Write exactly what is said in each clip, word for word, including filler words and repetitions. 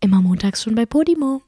Immer montags schon bei Podimo.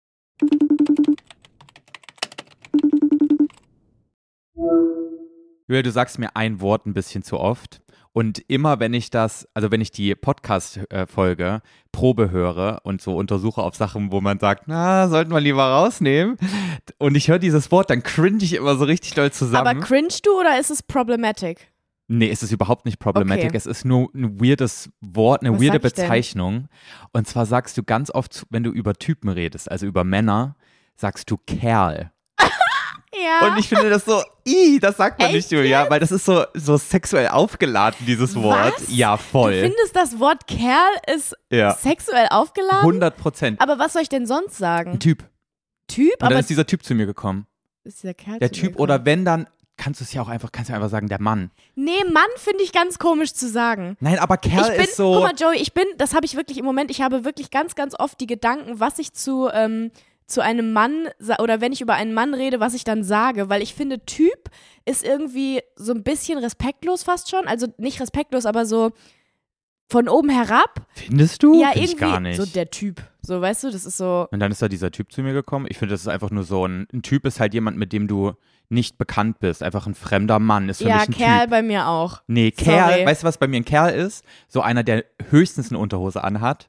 Julia, du sagst mir ein Wort ein bisschen zu oft. Und immer, wenn ich das, also wenn ich die Podcast-Folge Probe höre und so untersuche auf Sachen, wo man sagt, na, sollten wir lieber rausnehmen. Und ich höre dieses Wort, dann cringe ich immer so richtig doll zusammen. Aber cringest du oder ist es problematic? Nee, es ist überhaupt nicht problematic. Okay. Es ist nur ein weirdes Wort, eine Was weirde sag ich denn? Bezeichnung. Und zwar sagst du ganz oft, wenn du über Typen redest, also über Männer, sagst du Kerl. Ja. Und ich finde das so, ih, das sagt man Echt nicht, Julia, weil das ist so, so sexuell aufgeladen, dieses Wort. Was? Ja, voll. Du findest, das Wort Kerl ist Ja. sexuell aufgeladen? hundert Prozent. Aber was soll ich denn sonst sagen? Ein Typ. Typ? Und Aber dann ist dieser Typ zu mir gekommen. ist dieser Kerl Der zu mir Typ gekommen? oder wenn dann, kannst du es ja auch einfach, kannst du einfach sagen, der Mann. Nee, Mann finde ich ganz komisch zu sagen. Nein, aber Kerl Ich bin, ist so. guck mal, Joey, ich bin, das habe ich wirklich im Moment, ich habe wirklich ganz, ganz oft die Gedanken, was ich zu, ähm, zu einem Mann, sa- oder wenn ich über einen Mann rede, was ich dann sage, weil ich finde, Typ ist irgendwie so ein bisschen respektlos fast schon, also nicht respektlos, aber so von oben herab. Findest du? Ja, Find irgendwie ich gar nicht. so der Typ, so, weißt du, das ist so, Und dann ist da dieser Typ zu mir gekommen. Ich finde, das ist einfach nur so ein, ein Typ ist halt jemand, mit dem du nicht bekannt bist. Einfach ein fremder Mann ist für ja, mich ein Kerl Typ. bei mir auch. Nee, Sorry. Kerl, weißt du, was bei mir ein Kerl ist? So einer, der höchstens eine Unterhose anhat.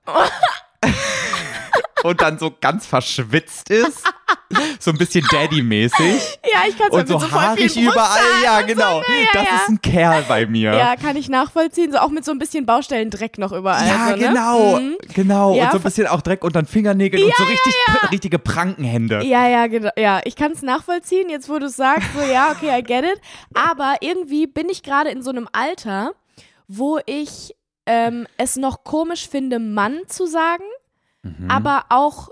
Und dann so ganz verschwitzt ist. So ein bisschen Daddy-mäßig. Ja, ich kann es Und so haarig überall. Ja, genau. ne? Ja, das ja. ist ein Kerl bei mir. Ja, kann ich nachvollziehen, so auch mit so ein bisschen Baustellendreck noch überall. Ja, so, ne? genau, Mhm. genau. Ja, und so ein ver- bisschen auch Dreck unter den Fingernägeln und so richtig, pr- richtige Prankenhände. Ja, ja, genau. Ja, ich kann es nachvollziehen, jetzt wo du es sagst, so ja, okay, I get it. Aber irgendwie bin ich gerade in so einem Alter, wo ich ähm, es noch komisch finde, Mann zu sagen, Mhm. aber auch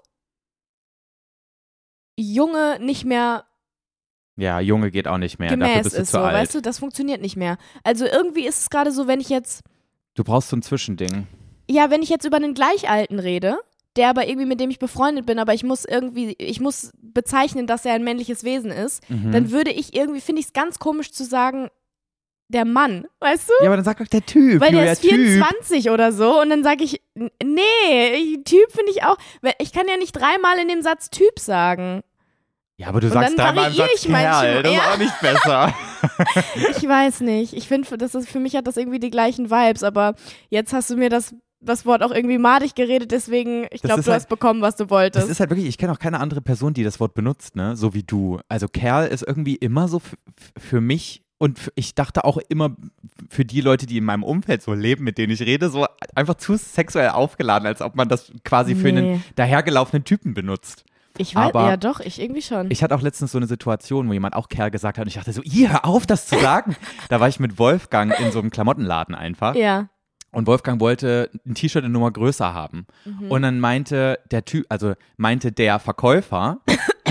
Junge nicht mehr Ja, Junge geht auch nicht mehr. Dafür gemäß bist du ist, zu so, alt. weißt du, das funktioniert nicht mehr. Also irgendwie ist es gerade so, wenn ich jetzt, Du brauchst so ein Zwischending. ja, wenn ich jetzt über einen Gleichalten rede, der aber irgendwie mit dem ich befreundet bin, aber ich muss irgendwie, ich muss bezeichnen, dass er ein männliches Wesen ist, Mhm. dann würde ich irgendwie, finde ich es ganz komisch zu sagen, der Mann, weißt du? Ja, aber dann sag doch der Typ. Weil der Julia, ist vierundzwanzig oder so und dann sage ich, n- nee, ich- Typ finde ich auch, weil ich kann ja nicht dreimal in dem Satz Typ sagen. Ja, aber du Und sagst dann dreimal im variiere Satz ich manchmal, Kerl. Das ist ja. auch nicht besser. Ich weiß nicht. Ich finde, das ist, für mich hat das irgendwie die gleichen Vibes, aber jetzt hast du mir das, das Wort auch irgendwie madig geredet, deswegen, ich Das glaube, ist du halt- hast bekommen, was du Das wolltest. ist halt wirklich, ich kenne auch keine andere Person, die das Wort benutzt, ne? So wie du. Also Kerl ist irgendwie immer so f- f- für mich und f- ich dachte auch immer für die Leute, die in meinem Umfeld so leben, mit denen ich rede, so einfach zu sexuell aufgeladen, als ob man das quasi für Nee. einen dahergelaufenen Typen benutzt. Ich weiß, aber- ja doch, ich irgendwie schon. Ich hatte auch letztens so eine Situation, wo jemand auch Kerl gesagt hat und ich dachte so, ihr, hör auf, das zu sagen. Da war ich mit Wolfgang in so einem Klamottenladen einfach. ja. Und Wolfgang wollte ein T-Shirt eine Nummer größer haben. Mhm. Und dann meinte der Typ, also meinte der Verkäufer,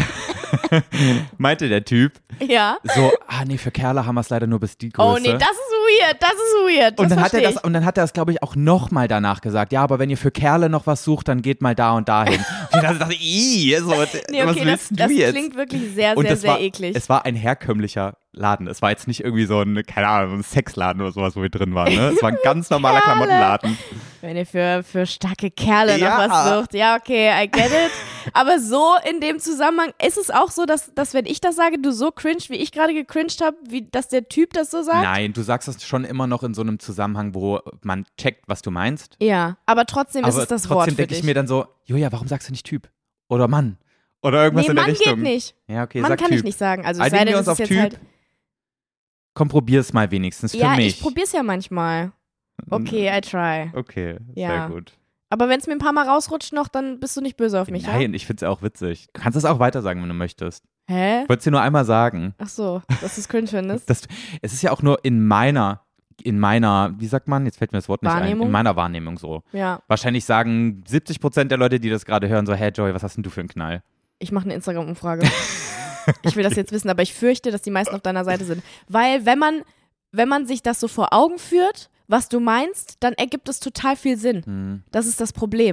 meinte der Typ Ja. so, ah nee, für Kerle haben wir es leider nur bis die Größe. Oh nee, das ist weird, das ist weird. Das und dann hat er verstehe das, und dann hat er das, glaube ich, auch nochmal danach gesagt. Ja, aber wenn ihr für Kerle noch was sucht, dann geht mal da und dahin. Und ich dachte, ih, so, ich. Nee, was okay, willst das, du das jetzt? klingt wirklich sehr, Und sehr, das sehr war, eklig. Es war ein herkömmlicher Laden. Es war jetzt nicht irgendwie so ein, keine Ahnung, ein Sexladen oder sowas, wo wir drin waren. Ne? Es war ein ganz normaler Kerle. Klamottenladen. Wenn ihr für, für starke Kerle noch Ja. was sucht. Ja, okay, I get it. Aber so in dem Zusammenhang ist es auch so, dass, dass wenn ich das sage, du so cringe, wie ich gerade gecringed habe, wie dass der Typ das so sagt? Nein, du sagst das schon immer noch in so einem Zusammenhang, wo man checkt, was du meinst. Ja, aber trotzdem ist Aber es das Wort trotzdem für denke ich dich. mir dann so, Julia, warum sagst du nicht Typ? Oder Mann? Oder irgendwas nee, in der Mann Richtung. geht nicht. Ja, okay, Mann sag kann Typ. ich nicht sagen. Also es Einigen sei denn, wir es uns ist auf jetzt Typ? halt. Komm, probier's mal wenigstens für Ja, mich. ich probier's ja manchmal. Okay, I try. Okay, Ja. sehr gut. Aber wenn es mir ein paar Mal rausrutscht noch, dann bist du nicht böse auf mich, Nein, ich find's ja auch witzig. Du kannst es auch weiter sagen, wenn du möchtest. ja? Hä? Ich wollte es dir nur einmal sagen. Ach so, dass du es cringe findest. Das, es ist ja auch nur in meiner, in meiner, wie sagt man, jetzt fällt mir das Wort nicht ein, Wahrnehmung? in meiner Wahrnehmung so. Ja, Wahrscheinlich sagen siebzig Prozent der Leute, die das gerade hören, so, hey Joey, was hast denn du für einen Knall? ich mache eine Instagram-Umfrage. Ich will das jetzt wissen, aber ich fürchte, dass die meisten auf deiner Seite sind. Weil wenn man, wenn man sich das so vor Augen führt, was du meinst, dann ergibt es total viel Sinn. Hm. Das ist das Problem.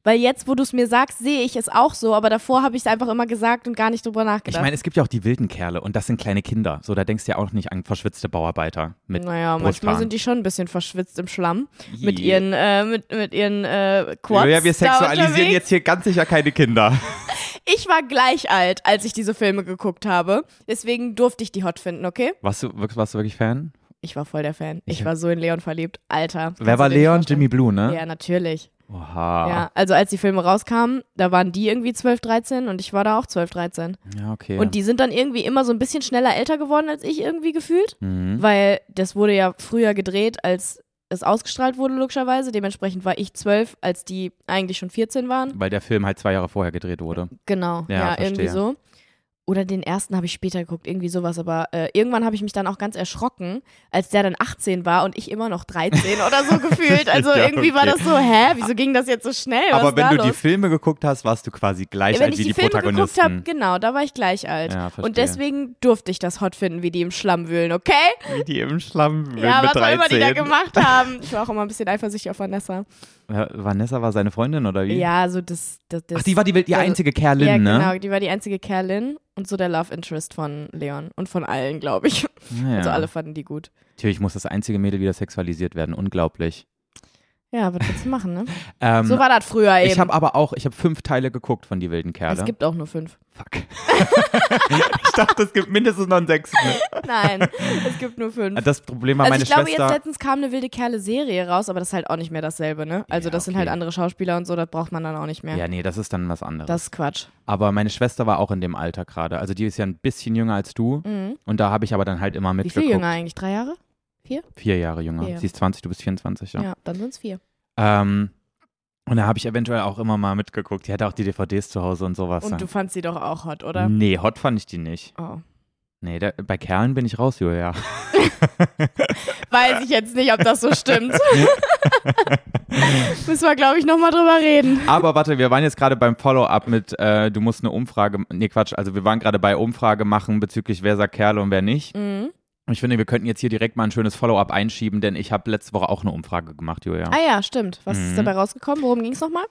weil jetzt, wo du es mir sagst, sehe ich es auch so, aber davor habe ich es einfach immer gesagt und gar nicht drüber nachgedacht. Ich meine, es gibt ja auch die wilden Kerle und das sind kleine Kinder. So, da denkst du ja auch nicht an verschwitzte Bauarbeiter mit Naja, Brusthaaren. manchmal sind die schon ein bisschen verschwitzt im Schlamm Je. mit ihren, äh, mit, mit ihren äh, Quads. Ja, wir sexualisieren jetzt hier ganz sicher keine Kinder. Ich war gleich alt, als ich diese Filme geguckt habe. Deswegen durfte ich die hot finden, okay? Warst du, warst du wirklich Fan? Ich war voll der Fan. Ich, Ich- war so in Leon verliebt. Alter. Wer war Leon? Jimmy Blue, ne? Ja, natürlich. Oha. Ja, also als die Filme rauskamen, da waren die irgendwie zwölf, dreizehn und ich war da auch zwölf, dreizehn. Ja, okay. Und die sind dann irgendwie immer so ein bisschen schneller älter geworden als ich irgendwie gefühlt, Mhm. weil das wurde ja früher gedreht, als es ausgestrahlt wurde, logischerweise. Dementsprechend war ich zwölf, als die eigentlich schon vierzehn waren. Weil der Film halt zwei Jahre vorher gedreht wurde. Genau, Ja, ja, verstehe. irgendwie so. Oder den ersten habe ich später geguckt, irgendwie sowas. Aber äh, irgendwann habe ich mich dann auch ganz erschrocken, als der dann achtzehn war und ich immer noch dreizehn oder so gefühlt. Also Ja, irgendwie war okay. das so, hä, wieso ging das jetzt so schnell? Was Aber ist wenn da du los? die Filme geguckt hast, warst du quasi gleich Wenn alt ich wie die, die, Filme geguckt Protagonisten. habe, genau, da war ich gleich alt. Ja, verstehe. Und deswegen durfte ich das hot finden, wie die im Schlamm wühlen, okay? Wie die im Schlamm wühlen Ja, mit was auch immer die da dreizehn. gemacht haben. Ich war auch immer ein bisschen eifersüchtig auf Vanessa. Ja, Vanessa war seine Freundin, oder wie? Ja, so das, das, das Ach, die war die, die also- einzige Kerlin, ja, ne? genau, die war die einzige Kerlin und so der Love Interest von Leon und von allen, glaube ich. Ja. Also alle fanden die gut. Natürlich muss das einzige Mädel wieder sexualisiert werden. Unglaublich. Ja, was willst du machen, ne? Ähm, So war das früher eben. ich habe aber auch, ich habe fünf Teile geguckt von Die wilden Kerle. Es gibt auch nur fünf. Fuck. ich dachte, es gibt mindestens noch einen sechsten. Nein, es gibt nur fünf. Das Problem war, Also meine ich glaube, Schwester... jetzt letztens kam eine wilde Kerle-Serie raus, aber das ist halt auch nicht mehr dasselbe, ne? Also Ja, das sind okay. halt andere Schauspieler und so, das braucht man dann auch nicht mehr. ja, nee, das ist dann was anderes. Das ist Quatsch. Aber meine Schwester war auch in dem Alter gerade. Also die ist ja ein bisschen jünger als du. Mhm. Und da habe ich aber dann halt immer Wie mitgeguckt. viel jünger eigentlich? Drei Jahre? Vier Jahre jünger. Vier. Sie ist zwanzig, du bist vierundzwanzig, ja. Ja, dann sind es vier. Ähm, und da habe ich eventuell auch immer mal mitgeguckt. Die hatte auch die D V Ds zu Hause und sowas. Und du fandst sie doch auch hot, oder? Nee, hot fand ich die nicht. Oh. Nee, da, bei Kerlen bin ich raus, Julia. Weiß ich jetzt nicht, ob das so stimmt. Müssen wir, glaube ich, nochmal drüber reden. Aber warte, wir waren jetzt gerade beim Follow-up mit, äh, du musst eine Umfrage, nee Quatsch, also wir waren gerade bei Umfrage machen bezüglich wer sagt Kerle und wer nicht. Mhm. Ich finde, wir könnten jetzt hier direkt mal ein schönes Follow-up einschieben, denn ich habe letzte Woche auch eine Umfrage gemacht, Julia. Ah ja, stimmt. Was Mhm. ist dabei rausgekommen? Worum ging es nochmal?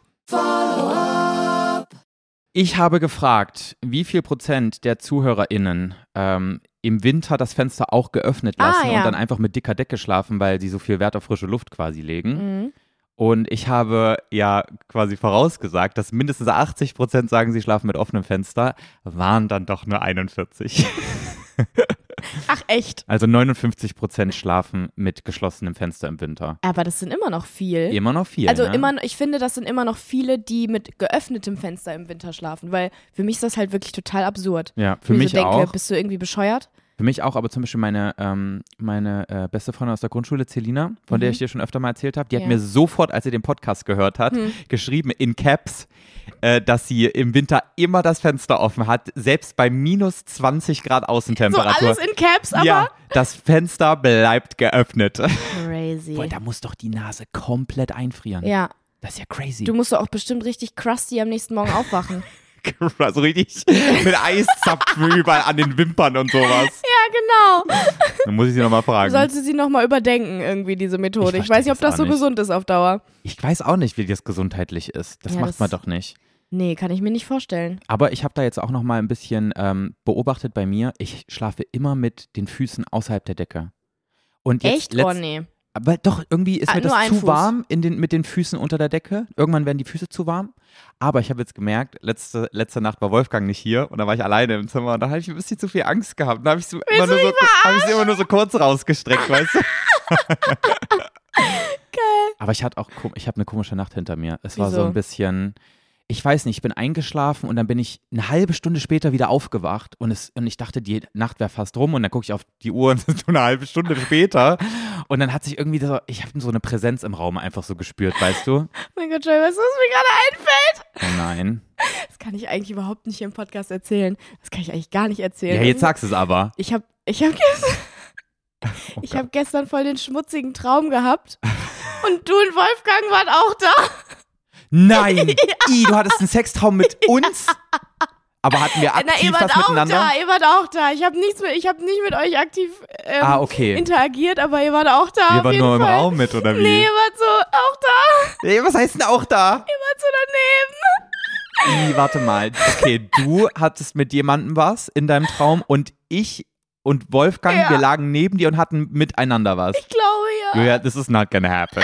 Ich habe gefragt, wie viel Prozent der ZuhörerInnen ähm, im Winter das Fenster auch geöffnet Ah, lassen ja. und dann einfach mit dicker Decke schlafen, weil sie so viel Wert auf frische Luft quasi legen. Mhm. Und ich habe ja quasi vorausgesagt, dass mindestens achtzig Prozent sagen, sie schlafen mit offenem Fenster, waren dann doch nur einundvierzig. Ach, echt? Also neunundfünfzig Prozent schlafen mit geschlossenem Fenster im Winter. Aber das sind immer noch viel. Immer noch viel, Also ne? immer, ich finde, das sind immer noch viele, die mit geöffnetem Fenster im Winter schlafen, weil für mich ist das halt wirklich total absurd. Ja, für Wo ich mich so denke, auch. bist du irgendwie bescheuert? Für mich auch, aber zum Beispiel meine, ähm, meine äh, beste Freundin aus der Grundschule, Celina, von der Mhm. ich dir schon öfter mal erzählt habe, die hat Ja. mir sofort, als sie den Podcast gehört hat, Hm. geschrieben in Caps, äh, dass sie im Winter immer das Fenster offen hat, selbst bei minus zwanzig Grad So Außentemperatur. alles in Caps, aber ja, das Fenster bleibt geöffnet. crazy. Boah, da muss doch die Nase komplett einfrieren. Ja, Das ist ja crazy. du musst doch auch bestimmt richtig crusty am nächsten Morgen aufwachen. so richtig mit Eiszapfen überall an den Wimpern und sowas. Ja, genau. Dann muss ich sie nochmal Du fragen. solltest sie nochmal überdenken, irgendwie, diese Methode. Ich Ich, weiß nicht, ob verstehe das es so auch nicht. gesund ist auf Dauer. Ich weiß auch nicht, wie das gesundheitlich ist. Das Ja, macht das- man doch nicht. Nee, kann ich mir nicht vorstellen. Aber ich habe da jetzt auch noch mal ein bisschen ähm, beobachtet bei mir. Ich schlafe immer mit den Füßen außerhalb der Decke. Und jetzt Echt? letzt- Oh, nee. Aber doch, irgendwie ist Ah, mir nur das ein zu Fuß. warm in den, mit den Füßen unter der Decke. Irgendwann werden die Füße zu warm. Aber ich habe jetzt gemerkt, letzte, letzte Nacht war Wolfgang nicht hier und da war ich alleine im Zimmer und da habe ich ein bisschen zu viel Angst gehabt. Und da habe ich, so immer nur so, hab ich sie immer nur so kurz rausgestreckt, weißt du? Geil. Aber ich hatte auch, kom- ich habe eine komische Nacht hinter mir. Es war so Wieso? ein bisschen, ich weiß nicht, ich bin eingeschlafen und dann bin ich eine halbe Stunde später wieder aufgewacht und, es, und ich dachte, die Nacht wäre fast rum und dann gucke ich auf die Uhr und es ist nur eine halbe Stunde später und dann hat sich irgendwie so, ich habe so eine Präsenz im Raum einfach so gespürt, weißt du? Mein Gott, Joey, weißt du, was mir gerade einfällt? Oh nein. Das kann ich eigentlich überhaupt nicht hier im Podcast erzählen. Das kann ich eigentlich gar nicht erzählen. Ja, jetzt sagst du es aber. Ich habe ich hab gestern, Oh ich Gott. hab gestern voll den schmutzigen Traum gehabt. Und du und Wolfgang wart auch da. Nein! I, du hattest einen Sextraum mit uns? Aber hatten wir Na, ihr aktiv wart was auch miteinander? da, ihr wart auch da. Ich habe nichts mit, ich habe nicht mit euch aktiv ähm, Ah, okay. interagiert, aber ihr wart auch da. Wir auf waren jeden nur im Fall. Raum mit, oder wie? Nee, ihr wart so auch da. Nee, was heißt denn auch da? Ihr wart so I, warte mal. Okay, du hattest mit jemandem was in deinem Traum und ich und Wolfgang, Ja. wir lagen neben dir und hatten miteinander was. Ich glaube ja. Julia, this is not gonna happen.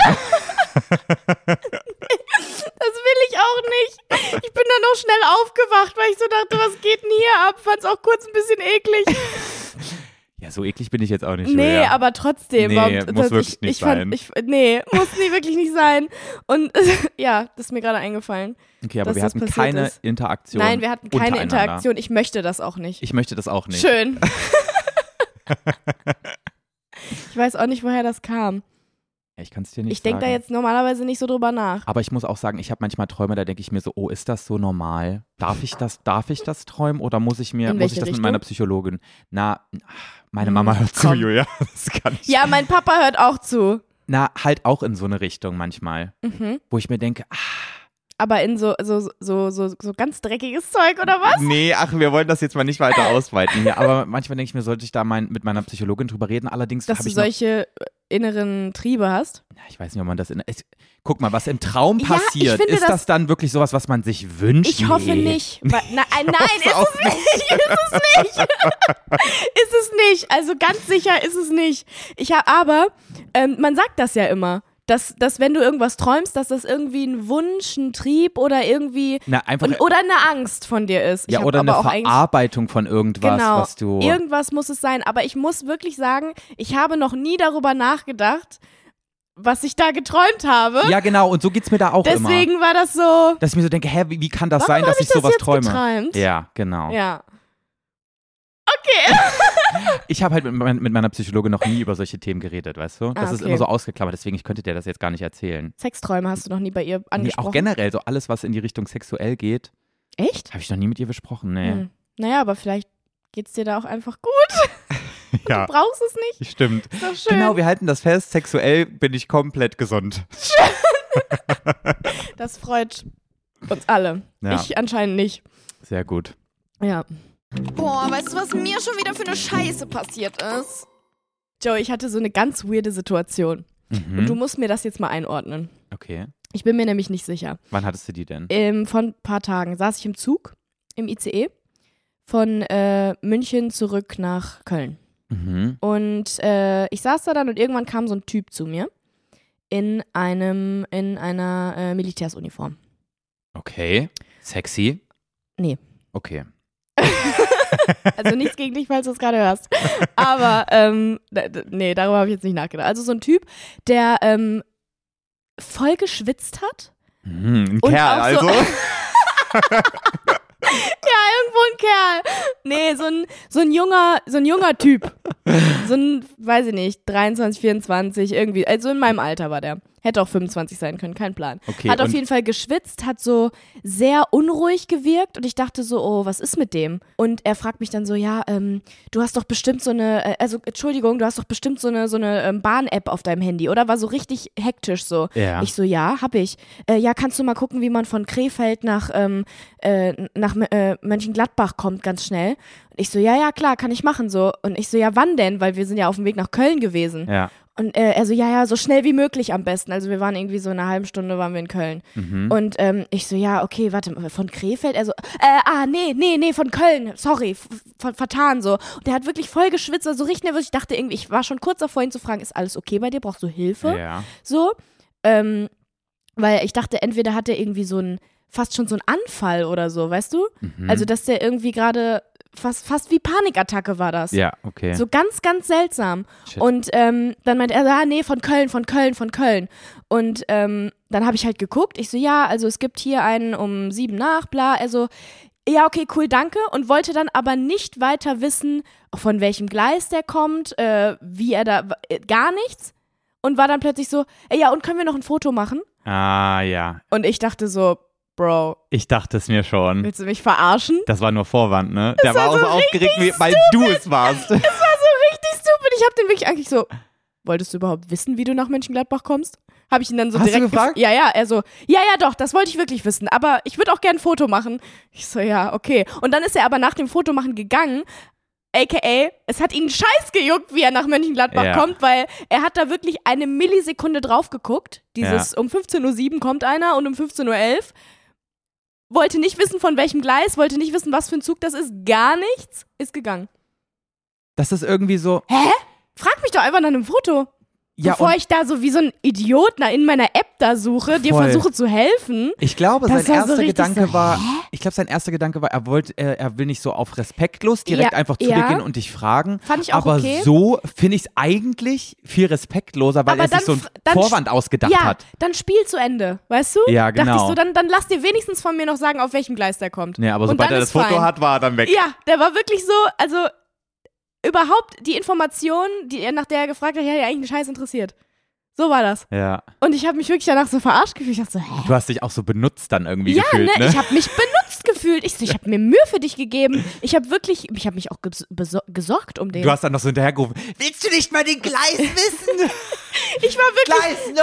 Das will ich auch nicht. Ich bin dann noch schnell aufgewacht, weil ich so dachte, was geht denn hier ab? Fand's auch kurz ein bisschen eklig. Ja, so eklig bin ich jetzt auch nicht. Nee, Julia. aber trotzdem. Nee, warum- muss das- wirklich ich, nicht ich fand, sein. Ich, nee, muss nie wirklich nicht sein. Und ja, das ist mir gerade eingefallen. Okay, aber dass wir das hatten passiert keine ist. Interaktion. Nein, wir hatten keine untereinander. Interaktion. Ich möchte das auch nicht. Ich möchte das auch nicht. Schön. Ich weiß auch nicht, woher das kam. Ja, ich kann es dir nicht Ich denke da sagen. jetzt normalerweise nicht so drüber nach. Aber ich muss auch sagen, ich habe manchmal Träume, da denke ich mir so, oh, ist das so normal? Darf ich das, darf ich das träumen oder muss ich mir, In muss ich welche das Richtung? mit meiner Psychologin? Na, meine Hm, Mama hört zu, komm. Julia. Das kann ich. Ja, mein Papa hört auch zu. Na, halt auch in so eine Richtung manchmal, Mhm. wo ich mir denke, ah, Aber in so, so, so, so, so ganz dreckiges Zeug, oder was? nee, ach, wir wollen das jetzt mal nicht weiter ausweiten hier. Aber manchmal denke ich mir, sollte ich da mein, mit meiner Psychologin drüber reden. Allerdings Dass habe du ich noch, solche inneren Triebe hast. Ja, ich weiß nicht, ob man das in. Es, guck mal, was im Traum Ja, ich passiert. finde ist das, das- dann wirklich sowas, was man sich wünscht? Ich hoffe Nee. nicht. Weil, na, äh, nein, ist hoffe auch es nicht. Ist es nicht. Ist es nicht. Also ganz sicher ist es nicht. Ich habe aber, ähm, man sagt das ja immer, dass, dass wenn du irgendwas träumst, dass das irgendwie ein Wunsch, ein Trieb oder irgendwie Na, einfach. und, oder eine Angst von dir ist. Ich ja, hab oder aber eine auch eigentlich- Verarbeitung von irgendwas, Genau, was du. irgendwas muss es sein. Aber ich muss wirklich sagen, ich habe noch nie darüber nachgedacht, was ich da geträumt habe. Ja, genau, und so geht's mir da auch immer. Deswegen war das so. Dass ich mir so denke, hä, wie, wie kann das Warum sein, dass hab ich ich das sowas jetzt träume? geträumt? Ja, genau. Ja. Ich habe halt mit, mein, mit meiner Psychologin noch nie über solche Themen geredet, weißt du? Das Ah, ist okay. immer so ausgeklammert, deswegen ich könnte dir das jetzt gar nicht erzählen. Sexträume hast du noch nie bei ihr Nee, angesprochen. auch generell, so alles, was in die Richtung sexuell geht, Echt? habe ich noch nie mit ihr besprochen, nee. Hm. Naja, aber vielleicht geht's dir da auch einfach gut. Ja, Du brauchst es nicht. stimmt. Ist doch schön. Genau, wir halten das fest, sexuell bin ich komplett gesund. Das freut uns alle. Ja. Ich anscheinend nicht. Sehr gut. Ja. Boah, weißt du, was mir schon wieder für eine Scheiße passiert ist? Joey, ich hatte so eine ganz weirde Situation. Mhm. Und du musst mir das jetzt mal einordnen. Okay. Ich bin mir nämlich nicht sicher. Wann hattest du die denn? Ähm, vor ein paar Tagen saß ich im Zug, im I C E, von äh, München zurück nach Köln. Mhm. Und äh, ich saß da dann und irgendwann kam so ein Typ zu mir in einem, in einer äh, Militärsuniform. Okay. Sexy? Nee. Okay. Also nichts gegen dich, falls du es gerade hörst. Aber ähm, d- d- nee, darüber habe ich jetzt nicht nachgedacht. Also so ein Typ, der ähm, voll geschwitzt hat. Mhm, ein Und Kerl, auch so- also. Ja, irgendwo ein Kerl. Nee, so ein, so ein junger, so ein junger Typ. So ein, weiß ich nicht, dreiundzwanzig, vierundzwanzig, irgendwie. Also in meinem Alter war der. Hätte auch fünfundzwanzig sein können, kein Plan. Okay, hat auf und- jeden Fall geschwitzt, hat so sehr unruhig gewirkt und ich dachte so, oh, was ist mit dem? Und er fragt mich dann so, ja, ähm, du hast doch bestimmt so eine, äh, also Entschuldigung, du hast doch bestimmt so eine, so eine ähm, Bahn-App auf deinem Handy, oder? War so richtig hektisch so. Ja. Ich so, ja, hab ich. Äh, ja, kannst du mal gucken, wie man von Krefeld nach, ähm, äh, nach äh, Mönchengladbach kommt, ganz schnell. Und ich so, ja, ja, klar, kann ich machen so. Und ich so, ja, wann denn? Weil wir sind ja auf dem Weg nach Köln gewesen. Ja. Und äh, er so, ja, ja, so schnell wie möglich am besten. Also wir waren irgendwie so eine halbe Stunde waren wir in Köln. Mhm. Und ähm, ich so, ja, okay, warte, von Krefeld? Er so, äh, ah, nee, nee, nee, von Köln, sorry, f- f- vertan so. Und der hat wirklich voll geschwitzt, also richtig nervös. Ich dachte irgendwie, ich war schon kurz davor, ihn zu fragen, ist alles okay bei dir? Brauchst du Hilfe? Ja. So, ähm, weil ich dachte, entweder hat er irgendwie so ein, fast schon so einen Anfall oder so, weißt du? Mhm. Also, dass der irgendwie gerade, fast, fast wie Panikattacke war das. Ja, okay. So ganz, ganz seltsam. Shit. Und ähm, dann meinte er, ah, nee, von Köln, von Köln, von Köln. Und ähm, dann habe ich halt geguckt. Ich so, ja, also es gibt hier einen um sieben nach, bla. Also, ja, okay, cool, danke. Und wollte dann aber nicht weiter wissen, von welchem Gleis der kommt, äh, wie er da, äh, gar nichts. Und war dann plötzlich so, äh, ja, und können wir noch ein Foto machen? Ah, ja. Und ich dachte so, Bro, Ich dachte es mir schon. willst du mich verarschen? Das war nur Vorwand, ne? Der war war auch so so aufgeregt, wie, weil du es warst. Das war so richtig stupid. Ich habe den wirklich eigentlich so, wolltest du überhaupt wissen, wie du nach Mönchengladbach kommst? Habe ich ihn dann so Hast du direkt gefragt? gef- Ja, ja, er so, ja, ja, doch, das wollte ich wirklich wissen, aber ich würde auch gerne ein Foto machen. Ich so, ja, okay. Und dann ist er aber nach dem Fotomachen gegangen, aka, es hat ihn scheiß gejuckt, wie er nach Mönchengladbach Ja. kommt, weil er hat da wirklich eine Millisekunde drauf geguckt. Dieses, um fünfzehn Uhr sieben kommt einer und um fünfzehn Uhr elf. wollte nicht wissen, von welchem Gleis, wollte nicht wissen, was für ein Zug das ist, gar nichts, ist gegangen. Das ist irgendwie so. Hä? Frag mich doch einfach nach einem Foto. Ja, Bevor ich da so wie so ein Idiot in meiner App da suche, dir Voll. versuche zu helfen. Ich glaube, Das sein war so erster richtig Gedanke so, war, hä? ich glaube, sein erster Gedanke war, er wollte, er, er will nicht so auf respektlos direkt Ja, einfach zu ja. dir gehen und dich fragen. Fand ich auch aber okay. so finde ich es eigentlich viel respektloser, weil Aber er sich dann so einen f- dann Vorwand ausgedacht ja, hat. dann Spiel zu Ende, weißt du? Ja, Dachte genau. ich so, dann, dann lass dir wenigstens von mir noch sagen, auf welchem Gleis der kommt. Nee, aber Und sobald dann er das ist Foto fein. hat, war er dann weg. Ja, der war wirklich so, also überhaupt die Information, die er, nach der er gefragt hat, die hat ja eigentlich einen Scheiß interessiert. So war das. Ja. Und ich habe mich wirklich danach so verarscht gefühlt. Ich dachte so, hä? Du hast dich auch so benutzt dann irgendwie Ja, gefühlt, ne? ne? Ich habe mich benutzt gefühlt. Ich, so, ich habe mir Mühe für dich gegeben. Ich habe wirklich, ich habe mich auch ges- besor- gesorgt um den. Du hast dann noch so hinterhergerufen, willst du nicht mal den Gleis wissen? ich war wirklich, Gleis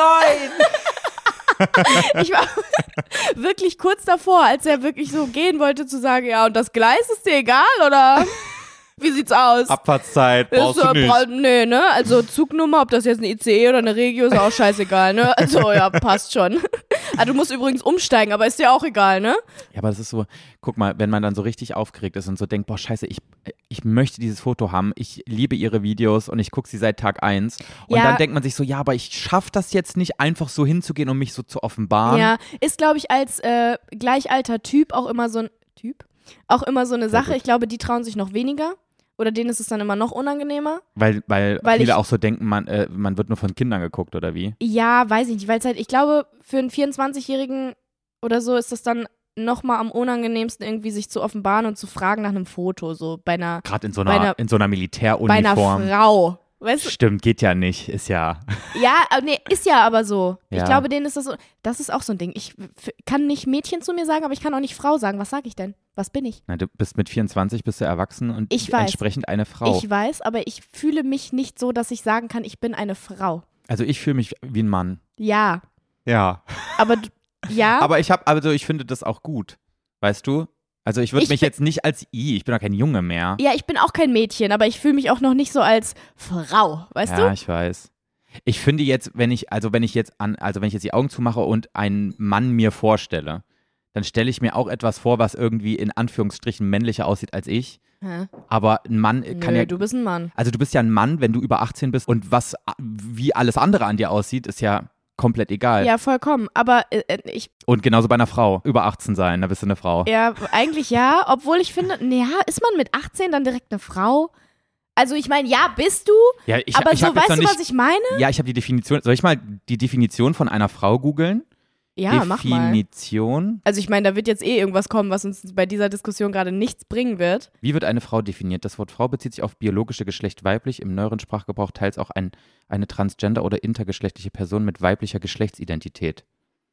neun! ich war wirklich kurz davor, als er wirklich so gehen wollte, zu sagen, ja, und das Gleis ist dir egal, oder? Wie sieht's aus? Abfahrtszeit, brauchst ist, du nicht. bra- nee, ne? Also Zugnummer, ob das jetzt ein I C E oder eine Regio, ist auch scheißegal, ne? Also ja, passt schon. Ah, du musst übrigens umsteigen, aber ist dir auch egal, ne? Ja, aber das ist so, guck mal, wenn man dann so richtig aufgeregt ist und so denkt, boah, scheiße, ich, ich möchte dieses Foto haben, ich liebe ihre Videos und ich gucke sie seit Tag eins. Und Ja. dann denkt man sich so, ja, aber ich schaffe das jetzt nicht, einfach so hinzugehen und mich so zu offenbaren. Ja, ist, glaube ich, als äh, gleichalter Typ auch immer so ein Typ, auch immer so eine Sehr Sache. gut. Ich glaube, die trauen sich noch weniger. Oder denen ist es dann immer noch unangenehmer. Weil, weil, Weil viele ich- auch so denken, man, äh, man wird nur von Kindern geguckt, oder wie? Ja, weiß ich nicht, weil es halt, ich glaube, für einen vierundzwanzigjährigen oder so ist das dann nochmal am unangenehmsten, irgendwie sich zu offenbaren und zu fragen nach einem Foto, so bei einer, Gerade in so Bei einer, einer- in so einer bei einer Militäruniform. Frau. Weißt du? Stimmt, geht ja nicht, ist ja. Ja, aber nee, ist ja aber so. Ich Ja. glaube, denen ist das so, das ist auch so ein Ding. Ich f- kann nicht Mädchen zu mir sagen, aber ich kann auch nicht Frau sagen. Was sage ich denn? Was bin ich? Na, du bist mit vierundzwanzig, bist du erwachsen und Ich weiß. entsprechend eine Frau. Ich weiß, aber ich fühle mich nicht so, dass ich sagen kann, ich bin eine Frau. also ich fühle mich wie ein Mann. Ja, Ja. aber du- ja, Aber ich habe, also ich finde das auch gut. Weißt du? Also ich würde Ich mich bin- jetzt nicht als I, ich bin doch kein Junge mehr. ja, ich bin auch kein Mädchen, aber ich fühle mich auch noch nicht so als Frau, weißt ja, du? ich weiß. Ich finde jetzt, wenn ich, also wenn ich jetzt an, also wenn ich jetzt die Augen zumache und einen Mann mir vorstelle, dann stelle ich mir auch etwas vor, was irgendwie in Anführungsstrichen männlicher aussieht als ich. Hä? Aber ein Mann kann Nö, ja. du bist ein Mann. Also du bist ja ein Mann, wenn du über achtzehn bist und was, wie alles andere an dir aussieht, ist ja komplett egal. Ja, vollkommen. Aber äh, äh, ich, Und genauso bei einer Frau. Über achtzehn sein, da bist du eine Frau. ja, eigentlich ja, obwohl ich finde, naja, ist man mit achtzehn dann direkt eine Frau? Also ich meine, ja, bist du, Ja, ich, aber ich so, hab jetzt weißt noch du, nicht, was ich meine? Ja, ich habe die Definition. Soll ich mal die Definition von einer Frau googeln? Ja, mach mal. Definition. Also ich meine, da wird jetzt eh irgendwas kommen, was uns bei dieser Diskussion gerade nichts bringen wird. Wie wird eine Frau definiert? Das Wort Frau bezieht sich auf biologische Geschlecht weiblich, im neueren Sprachgebrauch teils auch ein, eine transgender oder intergeschlechtliche Person mit weiblicher Geschlechtsidentität.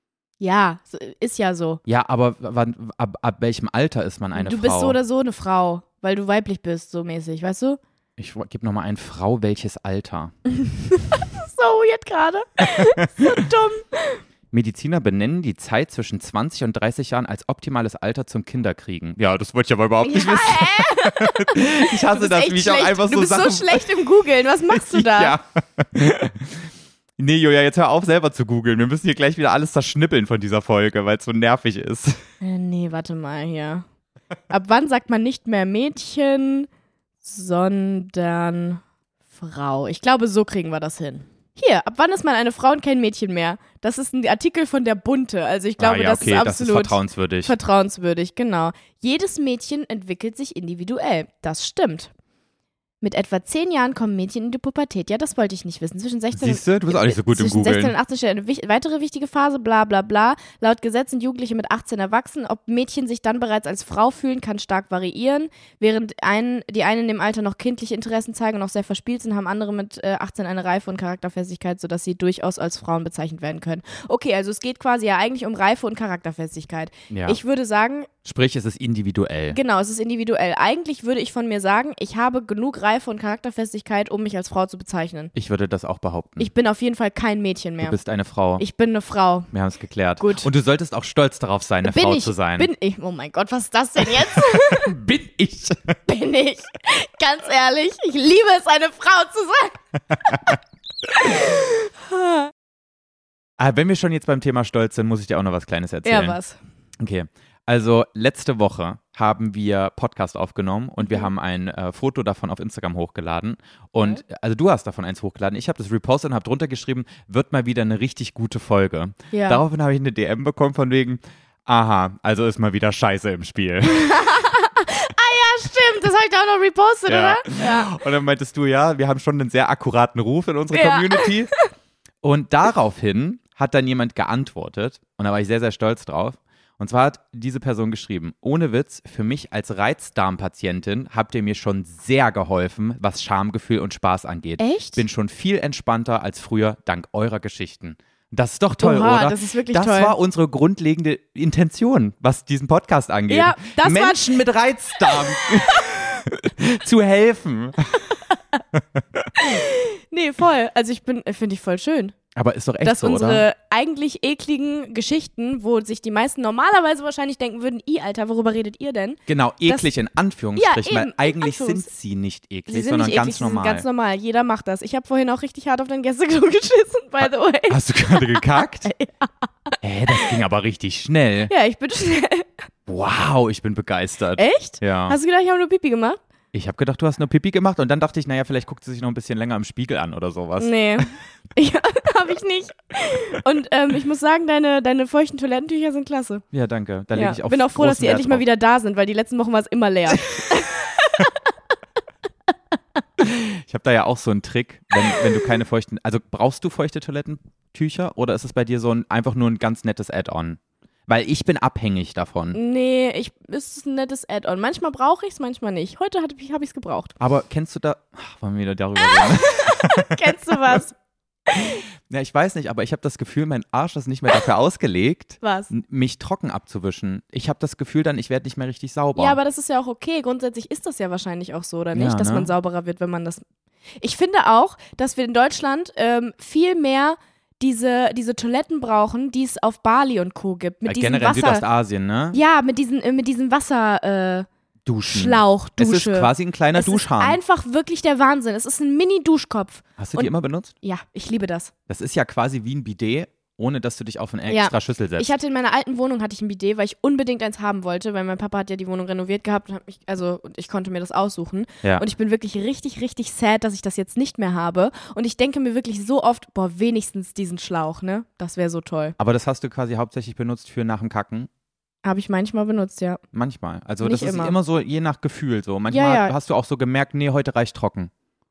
Ja, so- ist ja so. Ja, aber wann, ab, ab welchem Alter ist man eine du Frau? bist so oder so eine Frau, weil du weiblich bist, so mäßig, weißt du? Ich gebe nochmal ein, Frau, welches Alter? So weird gerade. So dumm. Mediziner benennen die Zeit zwischen zwanzig und dreißig Jahren als optimales Alter zum Kinderkriegen. Ja, das wollte ich aber überhaupt nicht Ja, wissen. Ich Du hasse bist das, echt wie ich auch schlecht. einfach Du so bist Sachen... so schlecht im Googeln. Was machst du da? Ja. Nee, Julia, jetzt hör auf, selber zu googeln. Wir müssen hier gleich wieder alles zerschnippeln von dieser Folge, weil es so nervig ist. Äh, nee, warte mal hier. Ab wann sagt man nicht mehr Mädchen, sondern Frau? Ich glaube, so kriegen wir das hin. Hier, ab wann ist man eine Frau und kein Mädchen mehr? Das ist ein Artikel von der Bunte. Also ich glaube, ah, ja, das okay, ist das ist absolut vertrauenswürdig. vertrauenswürdig, genau. Jedes Mädchen entwickelt sich individuell. Das stimmt. Mit etwa zehn Jahren kommen Mädchen in die Pubertät. Ja, das wollte ich nicht wissen. Zwischen sechzehn Siehst du, du bist auch nicht so gut im zwischen sechzehn Googeln. und achtzehn steht eine wich- weitere wichtige Phase, bla bla bla. Laut Gesetz sind Jugendliche mit achtzehn erwachsen. Ob Mädchen sich dann bereits als Frau fühlen, kann stark variieren. Während einen, die einen in dem Alter noch kindliche Interessen zeigen und noch sehr verspielt sind, haben andere mit äh, achtzehn eine Reife und Charakterfestigkeit, sodass sie durchaus als Frauen bezeichnet werden können. Okay, also es geht quasi ja eigentlich um Reife und Charakterfestigkeit. Ja. Ich würde sagen, Sprich, es ist individuell. genau, es ist individuell. Eigentlich würde ich von mir sagen, ich habe genug Reife und Charakterfestigkeit, um mich als Frau zu bezeichnen. Ich würde das auch behaupten. Ich bin auf jeden Fall kein Mädchen du mehr. bist eine Frau. Ich bin eine Frau. Wir haben es geklärt. Gut. Und du solltest auch stolz darauf sein, eine bin Frau ich, zu sein. Bin ich. Oh mein Gott, was ist das denn jetzt? Bin ich. bin ich. Ganz ehrlich, ich liebe es, eine Frau zu sein. Ah, wenn wir schon jetzt beim Thema Stolz sind, muss ich dir auch noch was Kleines erzählen. Ja, was? Okay. Also letzte Woche haben wir Podcast aufgenommen und wir Mhm. haben ein äh, Foto davon auf Instagram hochgeladen. Und also du hast davon eins hochgeladen. Ich habe das repostet und habe drunter geschrieben, wird mal wieder eine richtig gute Folge. Ja. Daraufhin habe ich eine D M bekommen von wegen, aha, also ist mal wieder Scheiße im Spiel. Stimmt, das habe ich da auch noch repostet, Ja. oder? Ja. Und dann meintest du, ja, wir haben schon einen sehr akkuraten Ruf in unserer Ja. Community. Und daraufhin hat dann jemand geantwortet und da war ich sehr, sehr stolz drauf. Und zwar hat diese Person geschrieben, ohne Witz, für mich als Reizdarmpatientin habt ihr mir schon sehr geholfen, was Schamgefühl und Spaß angeht. Echt? Bin schon viel entspannter als früher, dank eurer Geschichten. Das ist doch toll, Oha, oder? das ist wirklich das toll. war unsere grundlegende Intention, was diesen Podcast angeht. Ja, das war- Menschen mit Reizdarm zu helfen. Nee, voll. Also ich bin, finde ich voll schön. Aber ist doch echt dass so, unsere oder? eigentlich ekligen Geschichten, wo sich die meisten normalerweise wahrscheinlich denken würden, i, Alter, worüber redet ihr denn? Genau, eklig in Anführungsstrichen, Ja, weil eben, eigentlich in sind Anführungs- sie nicht eklig, Sie sind sondern nicht eklig, ganz sie sind normal. ganz normal. Jeder macht das. Ich habe vorhin auch richtig hart auf dein Gästeklo geschissen, by the way. Hast du gerade gekackt? ja. Hä, das ging aber richtig schnell. Ja, ich bin schnell. Wow, ich bin begeistert. Echt? Ja. Hast du gedacht, ich habe nur Pipi gemacht? Ich habe gedacht, du hast nur Pipi gemacht und dann dachte ich, naja, vielleicht guckt sie sich noch ein bisschen länger im Spiegel an oder sowas. Nee, ja, habe ich nicht. Und ähm, ich muss sagen, deine, deine feuchten Toilettentücher sind klasse. Ja, danke. Da Ja. lege ich auf Bin auch froh, dass die großen Wert endlich mal drauf. wieder da sind, weil die letzten Wochen war es immer leer. Ich habe da ja auch so einen Trick, wenn, wenn du keine feuchten, also brauchst du feuchte Toilettentücher oder ist es bei dir so ein einfach nur ein ganz nettes Add-on? Weil ich bin abhängig davon. Nee, ich, es ist ein nettes Add-on. Manchmal brauche ich es, manchmal nicht. Heute habe ich es gebraucht. Aber kennst du da, ach, wollen wir wieder darüber reden? Kennst du was? Ja, ich weiß nicht, aber ich habe das Gefühl, mein Arsch ist nicht mehr dafür ausgelegt, Was? n- mich trocken abzuwischen. Ich habe das Gefühl dann, ich werde nicht mehr richtig sauber. Ja, aber das ist ja auch okay. Grundsätzlich ist das ja wahrscheinlich auch so, oder nicht? Ja, Dass ne? man sauberer wird, wenn man das. Ich finde auch, dass wir in Deutschland ähm, viel mehr diese, diese Toiletten brauchen, die es auf Bali und Co. gibt. Mit Äh, diesem Generell Wasser. Südostasien, ne? Ja, mit diesem äh, mit diesem Wasser. Äh, Duschen. Schlauch, Dusche. Es ist quasi ein kleiner es Duschhahn. ist einfach wirklich der Wahnsinn. Es ist ein Mini-Duschkopf. Hast du und- die immer benutzt? Ja, ich liebe das. Das ist ja quasi wie ein Bidet, ohne dass du dich auf eine Ja. extra Schüssel setzt. Ich hatte in meiner alten Wohnung hatte ich ein Bidet, weil ich unbedingt eins haben wollte, weil mein Papa hat ja die Wohnung renoviert gehabt und hat mich, also und ich konnte mir das aussuchen. ja. Und ich bin wirklich richtig, richtig sad, dass ich das jetzt nicht mehr habe. Und ich denke mir wirklich so oft, boah, wenigstens diesen Schlauch, ne? Das wäre so toll. Aber das hast du quasi hauptsächlich benutzt für nach dem Kacken? Habe ich manchmal benutzt, ja. Manchmal. Also Nicht das ist immer. immer so je nach Gefühl so. Manchmal Ja, ja. hast du auch so gemerkt, nee, heute reicht trocken.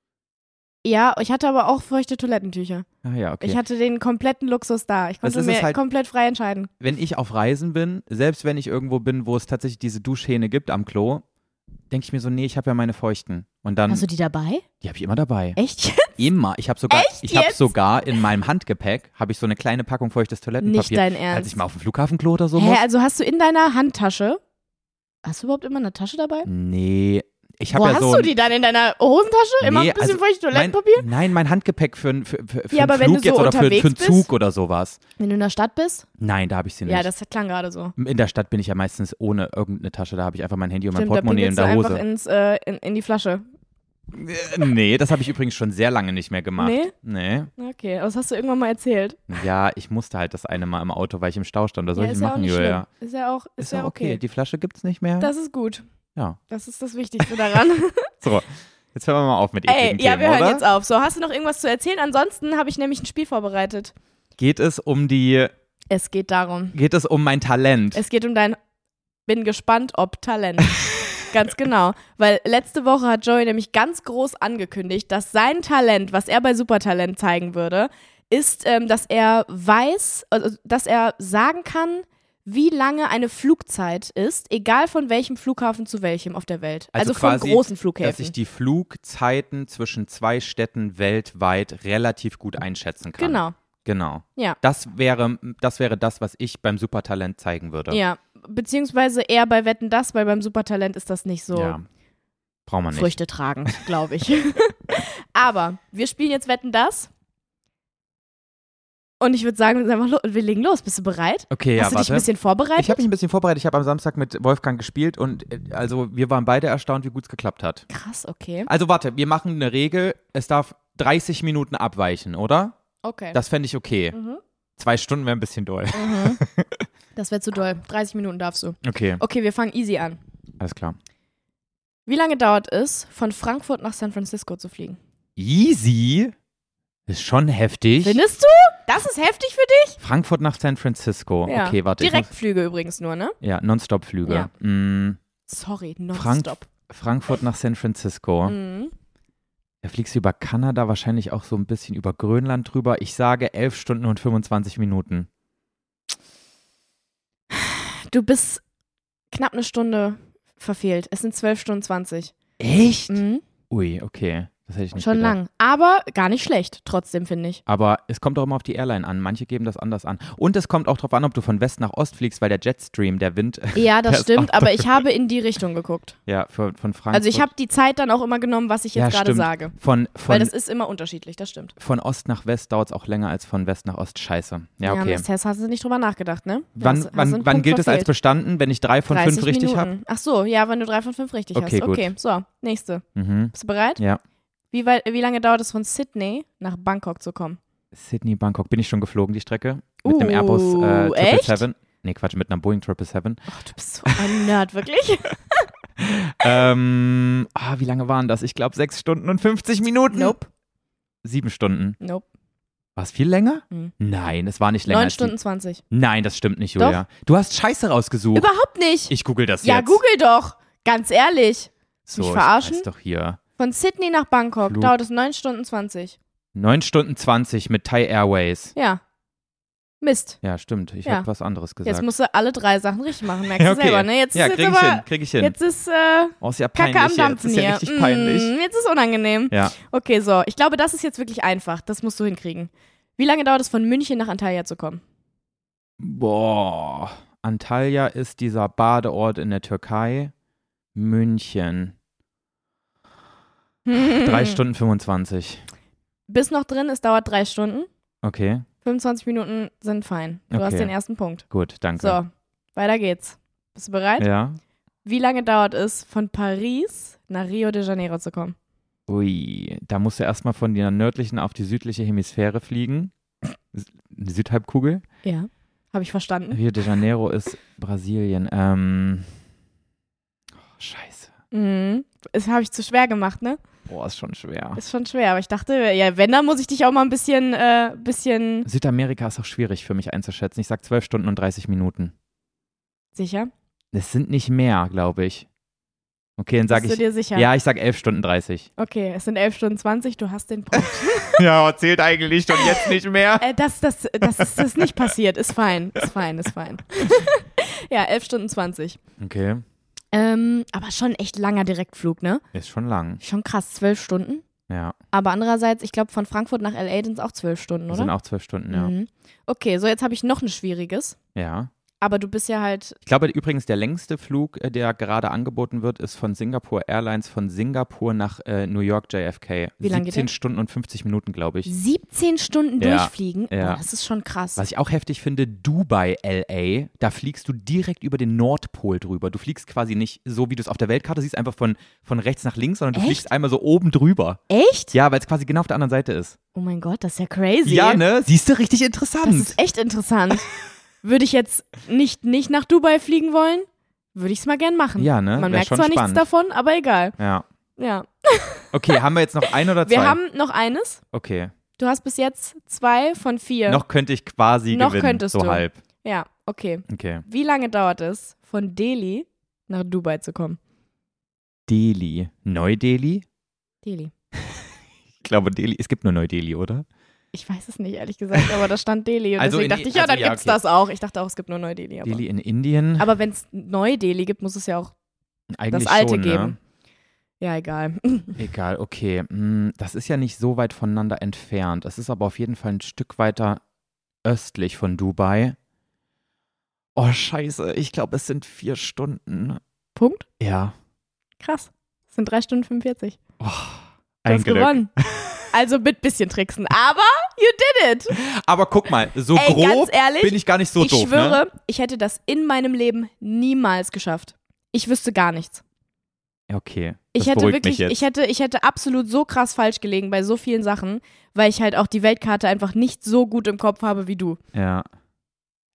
Ja, ich hatte aber auch feuchte Toilettentücher. Ah ja, okay. Ich hatte den kompletten Luxus da. Ich Das konnte ist mir es halt- komplett frei entscheiden. Wenn ich auf Reisen bin, selbst wenn ich irgendwo bin, wo es tatsächlich diese Duschhähne gibt am Klo, denke ich mir so, nee, ich habe ja meine feuchten. Und dann, Hast du die dabei? die habe ich immer dabei. Echt? Immer. Ich habe sogar, Echt ich habe jetzt? sogar in meinem Handgepäck habe ich so eine kleine Packung feuchtes Toilettenpapier. Nicht dein Als Ernst. ich mal auf dem Flughafenklo oder so Hä, muss. also hast du in deiner Handtasche, hast du überhaupt immer eine Tasche dabei? Nee, ich habe Wo ja hast so du ein- die dann in deiner Hosentasche? Immer Nee, ein bisschen also feuchtes Toilettenpapier? Mein, nein, mein Handgepäck für, ein- für, für, für Ja, einen aber wenn Flug du so jetzt oder für, für einen unterwegs Zug bist? oder sowas. Wenn du in der Stadt bist? Nein, da habe ich sie nicht. Ja, das klang gerade so. In der Stadt bin ich ja meistens ohne irgendeine Tasche. Da habe ich einfach mein Handy und mein Stimmt, da Portemonnaie in pinkelst du der einfach Hose. ins, äh, in, in die Flasche. Äh, Nee, das habe ich übrigens schon sehr lange nicht mehr gemacht. Nee? Nee. Okay, aber das hast du irgendwann mal erzählt. Ja, ich musste halt das eine Mal im Auto, weil ich im Stau stand. Was soll ja, ich ist ja auch machen, nicht Julia? schlimm. Ist ja auch, ist, Ist ja ja okay. okay. Die Flasche gibt's nicht mehr. Das ist gut. ja. Das ist das Wichtigste daran. So, jetzt hören wir mal auf mit Ey, ekligen ja, Themen, wir hören oder? jetzt auf. So, hast du noch irgendwas zu erzählen? Ansonsten habe ich nämlich ein Spiel vorbereitet. Geht es um die, Es geht darum. geht es um mein Talent? Es geht um dein, bin gespannt, ob Talent. Ganz genau. Weil letzte Woche hat Joey nämlich ganz groß angekündigt, dass sein Talent, was er bei Supertalent zeigen würde, ist, ähm, dass er weiß, also, dass er sagen kann, wie lange eine Flugzeit ist, egal von welchem Flughafen zu welchem auf der Welt. Also, Also von quasi, großen dass Flughäfen. ich die Flugzeiten zwischen zwei Städten weltweit relativ gut einschätzen kann. Genau. Genau. Ja. Das wäre, das wäre das, was ich beim Supertalent zeigen würde. Ja, beziehungsweise eher bei Wetten, das, weil beim Supertalent ist das nicht so Ja. Braucht man nicht. Früchte tragen, glaube ich. Aber wir spielen jetzt Wetten, das. Und ich würde sagen, wir, sind einfach lo- wir legen los. Bist du bereit? Okay, ja, Hast du dich warte. ein bisschen vorbereitet? Ich habe mich ein bisschen vorbereitet. Ich habe am Samstag mit Wolfgang gespielt und äh, also wir waren beide erstaunt, wie gut es geklappt hat. Krass, okay. Also warte, wir machen eine Regel. Es darf dreißig Minuten abweichen, oder? Okay. Das fände ich okay. mhm. Zwei Stunden wäre ein bisschen doll. Mhm. Das wäre zu doll. dreißig Minuten darfst du. Okay, Okay, wir fangen easy an. alles klar. Wie lange dauert es, von Frankfurt nach San Francisco zu fliegen? Easy? Ist schon heftig. Findest du? Das ist heftig für dich? Frankfurt nach San Francisco. Ja. Okay, warte. ich Direktflüge übrigens nur, ne? Muss, ja, Nonstop-Flüge. Ja. Mm, Sorry, Frank nonstop. Frankfurt nach San Francisco. Mhm. Da fliegst du über Kanada, wahrscheinlich auch so ein bisschen über Grönland drüber. Ich sage elf Stunden und fünfundzwanzig Minuten. Du bist knapp eine Stunde verfehlt. Es sind zwölf Stunden zwanzig. Echt? Mhm. Ui, okay. Das hätte ich nicht Schon gedacht. lang. Aber gar nicht schlecht, trotzdem, finde ich. Aber es kommt auch immer auf die Airline an. Manche geben das anders an. Und es kommt auch darauf an, ob du von West nach Ost fliegst, weil der Jetstream, der Wind. Ja, der das ist stimmt, auch aber ich habe in die Richtung geguckt. Ja, von, von Frankfurt. Also ich habe die Zeit dann auch immer genommen, was ich jetzt Ja, gerade stimmt. sage. Von, Weil von, das ist immer unterschiedlich, das stimmt. von Ost nach West dauert es auch länger als von West nach Ost. Scheiße. Ja, Ja, okay. Miss Tess, hast du nicht drüber nachgedacht, ne? wann Hast- hast wann, einen wann Punkt gilt es als verfehlt. bestanden, wenn ich drei von fünf dreißig richtig habe? Minuten. Ach so, ja, wenn du drei von fünf richtig Okay, hast. gut. Okay, so, nächste. Mhm. Bist du bereit? Ja. Wie, weit, wie lange dauert es von Sydney nach Bangkok zu kommen? Sydney, Bangkok. Bin ich schon geflogen, die Strecke? Mit einem Uh, Airbus äh, echt? sieben sieben sieben. Nee, Quatsch, mit einer Boeing sieben sieben sieben. Ach, du bist so ein Nerd, wirklich? ähm, ah, wie lange waren das? Ich glaube sechs Stunden und fünfzig Minuten. Nope. Sieben Stunden. Nope. War es viel länger? Mhm. Nein, es war nicht länger Neun als Stunden die... zwanzig. Nein, das stimmt nicht, Doch. Julia. Du hast Scheiße rausgesucht. Überhaupt nicht. Ich google das ja, jetzt. google doch. Ganz ehrlich. so, mich ich verarschen? weiß doch hier. Von Sydney nach Bangkok Flug. dauert es neun Stunden zwanzig. neun Stunden zwanzig mit Thai Airways. Ja. Mist. Ja, stimmt. Ich Ja. habe was anderes gesagt. Jetzt musst du alle drei Sachen richtig machen, merkst Ja, du okay. selber, ne? Jetzt ja, ist krieg jetzt ich aber, hin, krieg ich hin. jetzt ist äh, oh, ist ja Kacke peinlich am jetzt. Dampfen Ist ja hier. richtig peinlich. Mm, jetzt ist unangenehm. Ja. Okay, so. Ich glaube, das ist jetzt wirklich einfach. Das musst du hinkriegen. Wie lange dauert es von München nach Antalya zu kommen? Boah. Antalya ist dieser Badeort in der Türkei. München. drei Stunden fünfundzwanzig. Bist noch drin, es dauert drei Stunden. Okay, fünfundzwanzig Minuten sind fein. Du Okay. hast den ersten Punkt. gut, danke. So, weiter geht's. Bist du bereit? Ja. Wie lange dauert es, von Paris nach Rio de Janeiro zu kommen? Ui, da musst du erstmal von der nördlichen auf die südliche Hemisphäre fliegen. Die Südhalbkugel. Ja. Habe ich verstanden. Rio de Janeiro ist Brasilien. Ähm. Oh, scheiße. Mhm. Das habe ich zu schwer gemacht, ne? Boah, ist schon schwer. Ist schon schwer, aber ich dachte, ja, wenn, dann muss ich dich auch mal ein bisschen, äh, bisschen Südamerika ist auch schwierig für mich einzuschätzen. Ich sag zwölf Stunden und dreißig Minuten. sicher. Das sind nicht mehr, glaube ich. Okay, dann sage Bist ich. du dir sicher? Ja, ich sag elf Stunden dreißig. Okay, es sind elf Stunden zwanzig, du hast den Punkt. Ja, zählt eigentlich schon jetzt nicht mehr. äh, das, das, das, ist, das ist nicht passiert, ist fein, ist fein, ist fein. Ja, elf Stunden zwanzig. Okay, Ähm, aber schon echt langer Direktflug, ne? ist schon lang. Schon krass, zwölf Stunden. Ja, Aber andererseits, ich glaube, von Frankfurt nach L A sind es auch zwölf Stunden, das oder? sind auch zwölf Stunden, ja. Mhm. Okay, so jetzt habe ich noch ein schwieriges. Ja. Aber du bist ja halt, Ich glaube übrigens, der längste Flug, äh, der gerade angeboten wird, ist von Singapore Airlines von Singapur nach äh, New York J F K. Wie lang geht siebzehn der? Stunden und fünfzig Minuten, glaube ich. siebzehn Stunden Ja, durchfliegen. ja. Oh, das ist schon krass. Was ich auch heftig finde, Dubai L A, da fliegst du direkt über den Nordpol drüber. Du fliegst quasi nicht so, wie du es auf der Weltkarte siehst, einfach von, von rechts nach links, sondern du Echt? fliegst einmal so oben drüber. Echt? Ja, weil es quasi genau auf der anderen Seite ist. Oh mein Gott, das ist ja crazy. Ja, ne? Siehst du, richtig interessant. Das ist echt interessant. Würde ich jetzt nicht, nicht nach Dubai fliegen wollen, würde ich es mal gern machen. Ja, ne? Man Wär merkt schon zwar spannend. nichts davon, aber egal. Ja. Ja. Okay, haben wir jetzt noch ein oder zwei? Wir haben noch eines. Okay. Du hast bis jetzt zwei von vier. Noch könnte ich quasi Noch gewinnen, könntest so du. halb. Ja, okay. Okay. Wie lange dauert es, von Delhi nach Dubai zu kommen? Delhi. Neu-Delhi? Delhi. Ich glaube, Delhi. Es gibt nur Neu-Delhi, oder? Ich weiß es nicht, ehrlich gesagt, aber da stand Delhi. Und Also deswegen in- dachte ich, ja, also dann ja, gibt's okay. das auch. Ich dachte auch, es gibt nur Neu-Delhi. Aber, Delhi in Indien? aber wenn es Neu-Delhi gibt, muss es ja auch Eigentlich das alte schon, geben. Ne? Ja, egal. Egal, okay. Hm, Das ist ja nicht so weit voneinander entfernt. Es ist aber auf jeden Fall ein Stück weiter östlich von Dubai. Oh, scheiße. Ich glaube, es sind vier Stunden. Punkt? Ja. Krass. Das sind drei Stunden fünfundvierzig. Oh, Du ein hast Glück. gewonnen. Also mit bisschen Tricksen. Aber you did it. Aber guck mal, so Ey, grob ganz ehrlich, bin ich gar nicht so ich doof, schwöre, ne? ich hätte das in meinem Leben niemals geschafft. Ich wüsste gar nichts. Ja, okay. Ich Das hätte beruhigt wirklich, mich jetzt. ich hätte, ich hätte absolut so krass falsch gelegen bei so vielen Sachen, weil ich halt auch die Weltkarte einfach nicht so gut im Kopf habe wie du. Ja.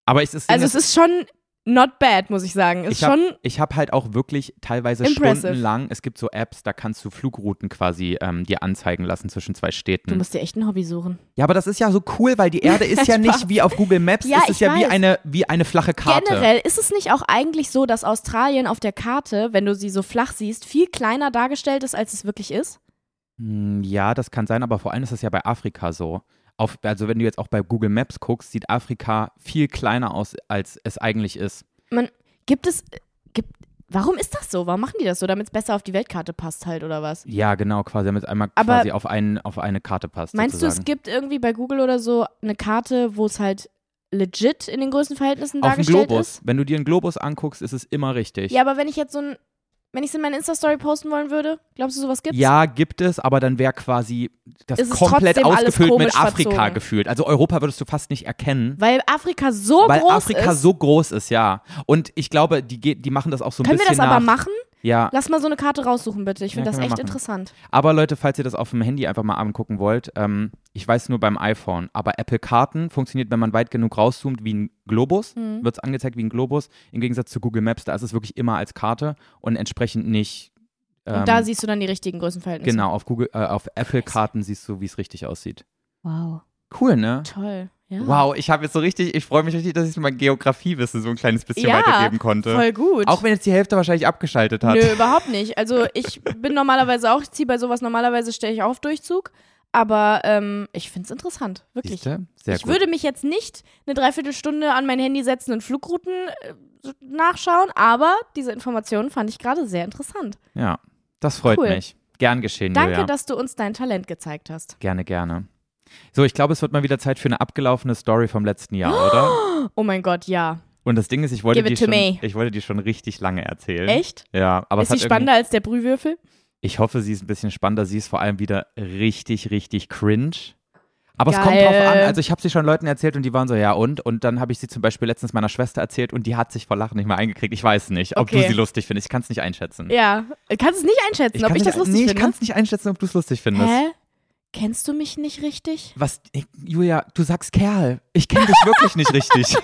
Aber es ist Also es ist schon not bad, muss ich sagen. Ist ich habe schon hab halt auch wirklich teilweise impressive. stundenlang, es gibt so Apps, da kannst du Flugrouten quasi ähm, dir anzeigen lassen zwischen zwei Städten. Du musst dir echt ein Hobby suchen. Ja, aber das ist ja so cool, weil die Erde ist ja nicht wie auf Google Maps, Ja, es ist ich ja wie weiß. eine, wie eine flache Karte. Generell ist es nicht auch eigentlich so, dass Australien auf der Karte, wenn du sie so flach siehst, viel kleiner dargestellt ist, als es wirklich ist? Hm, Ja, das kann sein, aber vor allem ist es ja bei Afrika so. Auf, also wenn du jetzt auch bei Google Maps guckst, sieht Afrika viel kleiner aus, als es eigentlich ist. Man, gibt es, gibt, warum ist das so? Warum machen die das so, damit es besser auf die Weltkarte passt halt oder was? Ja, genau, quasi, damit es einmal Aber quasi auf, ein, auf eine Karte passt. Meinst sozusagen. du, es gibt irgendwie bei Google oder so eine Karte, wo es halt legit in den größten Verhältnissen Auf dem dargestellt Globus. ist? Wenn du dir einen Globus anguckst, ist es immer richtig. Ja, aber wenn ich jetzt so ein, wenn ich es in meine Insta-Story posten wollen würde, glaubst du, sowas gibt's? Ja, gibt es, aber dann wäre quasi das Ist es komplett trotzdem alles ausgefüllt mit komisch Afrika verzogen? gefühlt. Also Europa würdest du fast nicht erkennen. Weil Afrika so Weil groß Afrika ist. so groß ist, ja. Und ich glaube, die, ge- die machen das auch so ein Können wir bisschen das aber nach. machen? Ja, Lass mal so eine Karte raussuchen, bitte. Ich finde Ja, das können wir echt machen. interessant. aber Leute, falls ihr das auf dem Handy einfach mal angucken wollt, ähm, ich weiß nur beim iPhone, aber Apple Karten funktioniert, wenn man weit genug rauszoomt, wie ein Globus, Mhm. wird es angezeigt wie ein Globus. Im Gegensatz zu Google Maps, da ist es wirklich immer als Karte und entsprechend nicht. Ähm, Und da siehst du dann die richtigen Größenverhältnisse. Genau, auf Google, äh, auf Apple Karten siehst du, wie es richtig aussieht. Wow. Cool, ne? Toll. Ja. Wow, ich habe jetzt so richtig, ich freue mich richtig, dass ich mein Geografiewissen so ein kleines bisschen Ja, weitergeben konnte. Voll gut. Auch wenn jetzt die Hälfte wahrscheinlich abgeschaltet hat. Nö, überhaupt nicht. Also ich bin normalerweise auch, ich ziehe bei sowas normalerweise, stelle ich auch auf Durchzug. Aber ähm, ich finde es interessant, wirklich. Siehste? Sehr ich gut. würde mich jetzt nicht eine Dreiviertelstunde an mein Handy setzen und Flugrouten äh, so nachschauen, aber diese Informationen fand ich gerade sehr interessant. Ja, das freut Cool. mich. Gern geschehen, Danke, Julia. dass du uns dein Talent gezeigt hast. Gerne, gerne. So, ich glaube, es wird mal wieder Zeit für eine abgelaufene Story vom letzten Jahr, oder? Oh mein Gott, ja. Und das Ding ist, ich wollte, Give die it to schon, me. ich wollte die schon richtig lange erzählen. Echt? Ja, aber Ist es sie hat spannender als der Brühwürfel? Ich hoffe, sie ist ein bisschen spannender. Sie ist vor allem wieder richtig, richtig cringe. Aber es Geil. kommt drauf an. Also ich habe sie schon Leuten erzählt und die waren so, ja und? Und dann habe ich sie zum Beispiel letztens meiner Schwester erzählt und die hat sich vor Lachen nicht mehr eingekriegt. Ich weiß nicht, ob Okay. du sie lustig findest. Ich kann es nicht einschätzen. Ja. Kannst du es nicht einschätzen, ob kann ich nicht, das lustig nee, finde? ich kann es nicht einschätzen, ob du es lustig findest. Hä? Kennst du mich nicht richtig? Was, ich, Julia, du sagst Kerl. Ich kenne dich wirklich nicht richtig.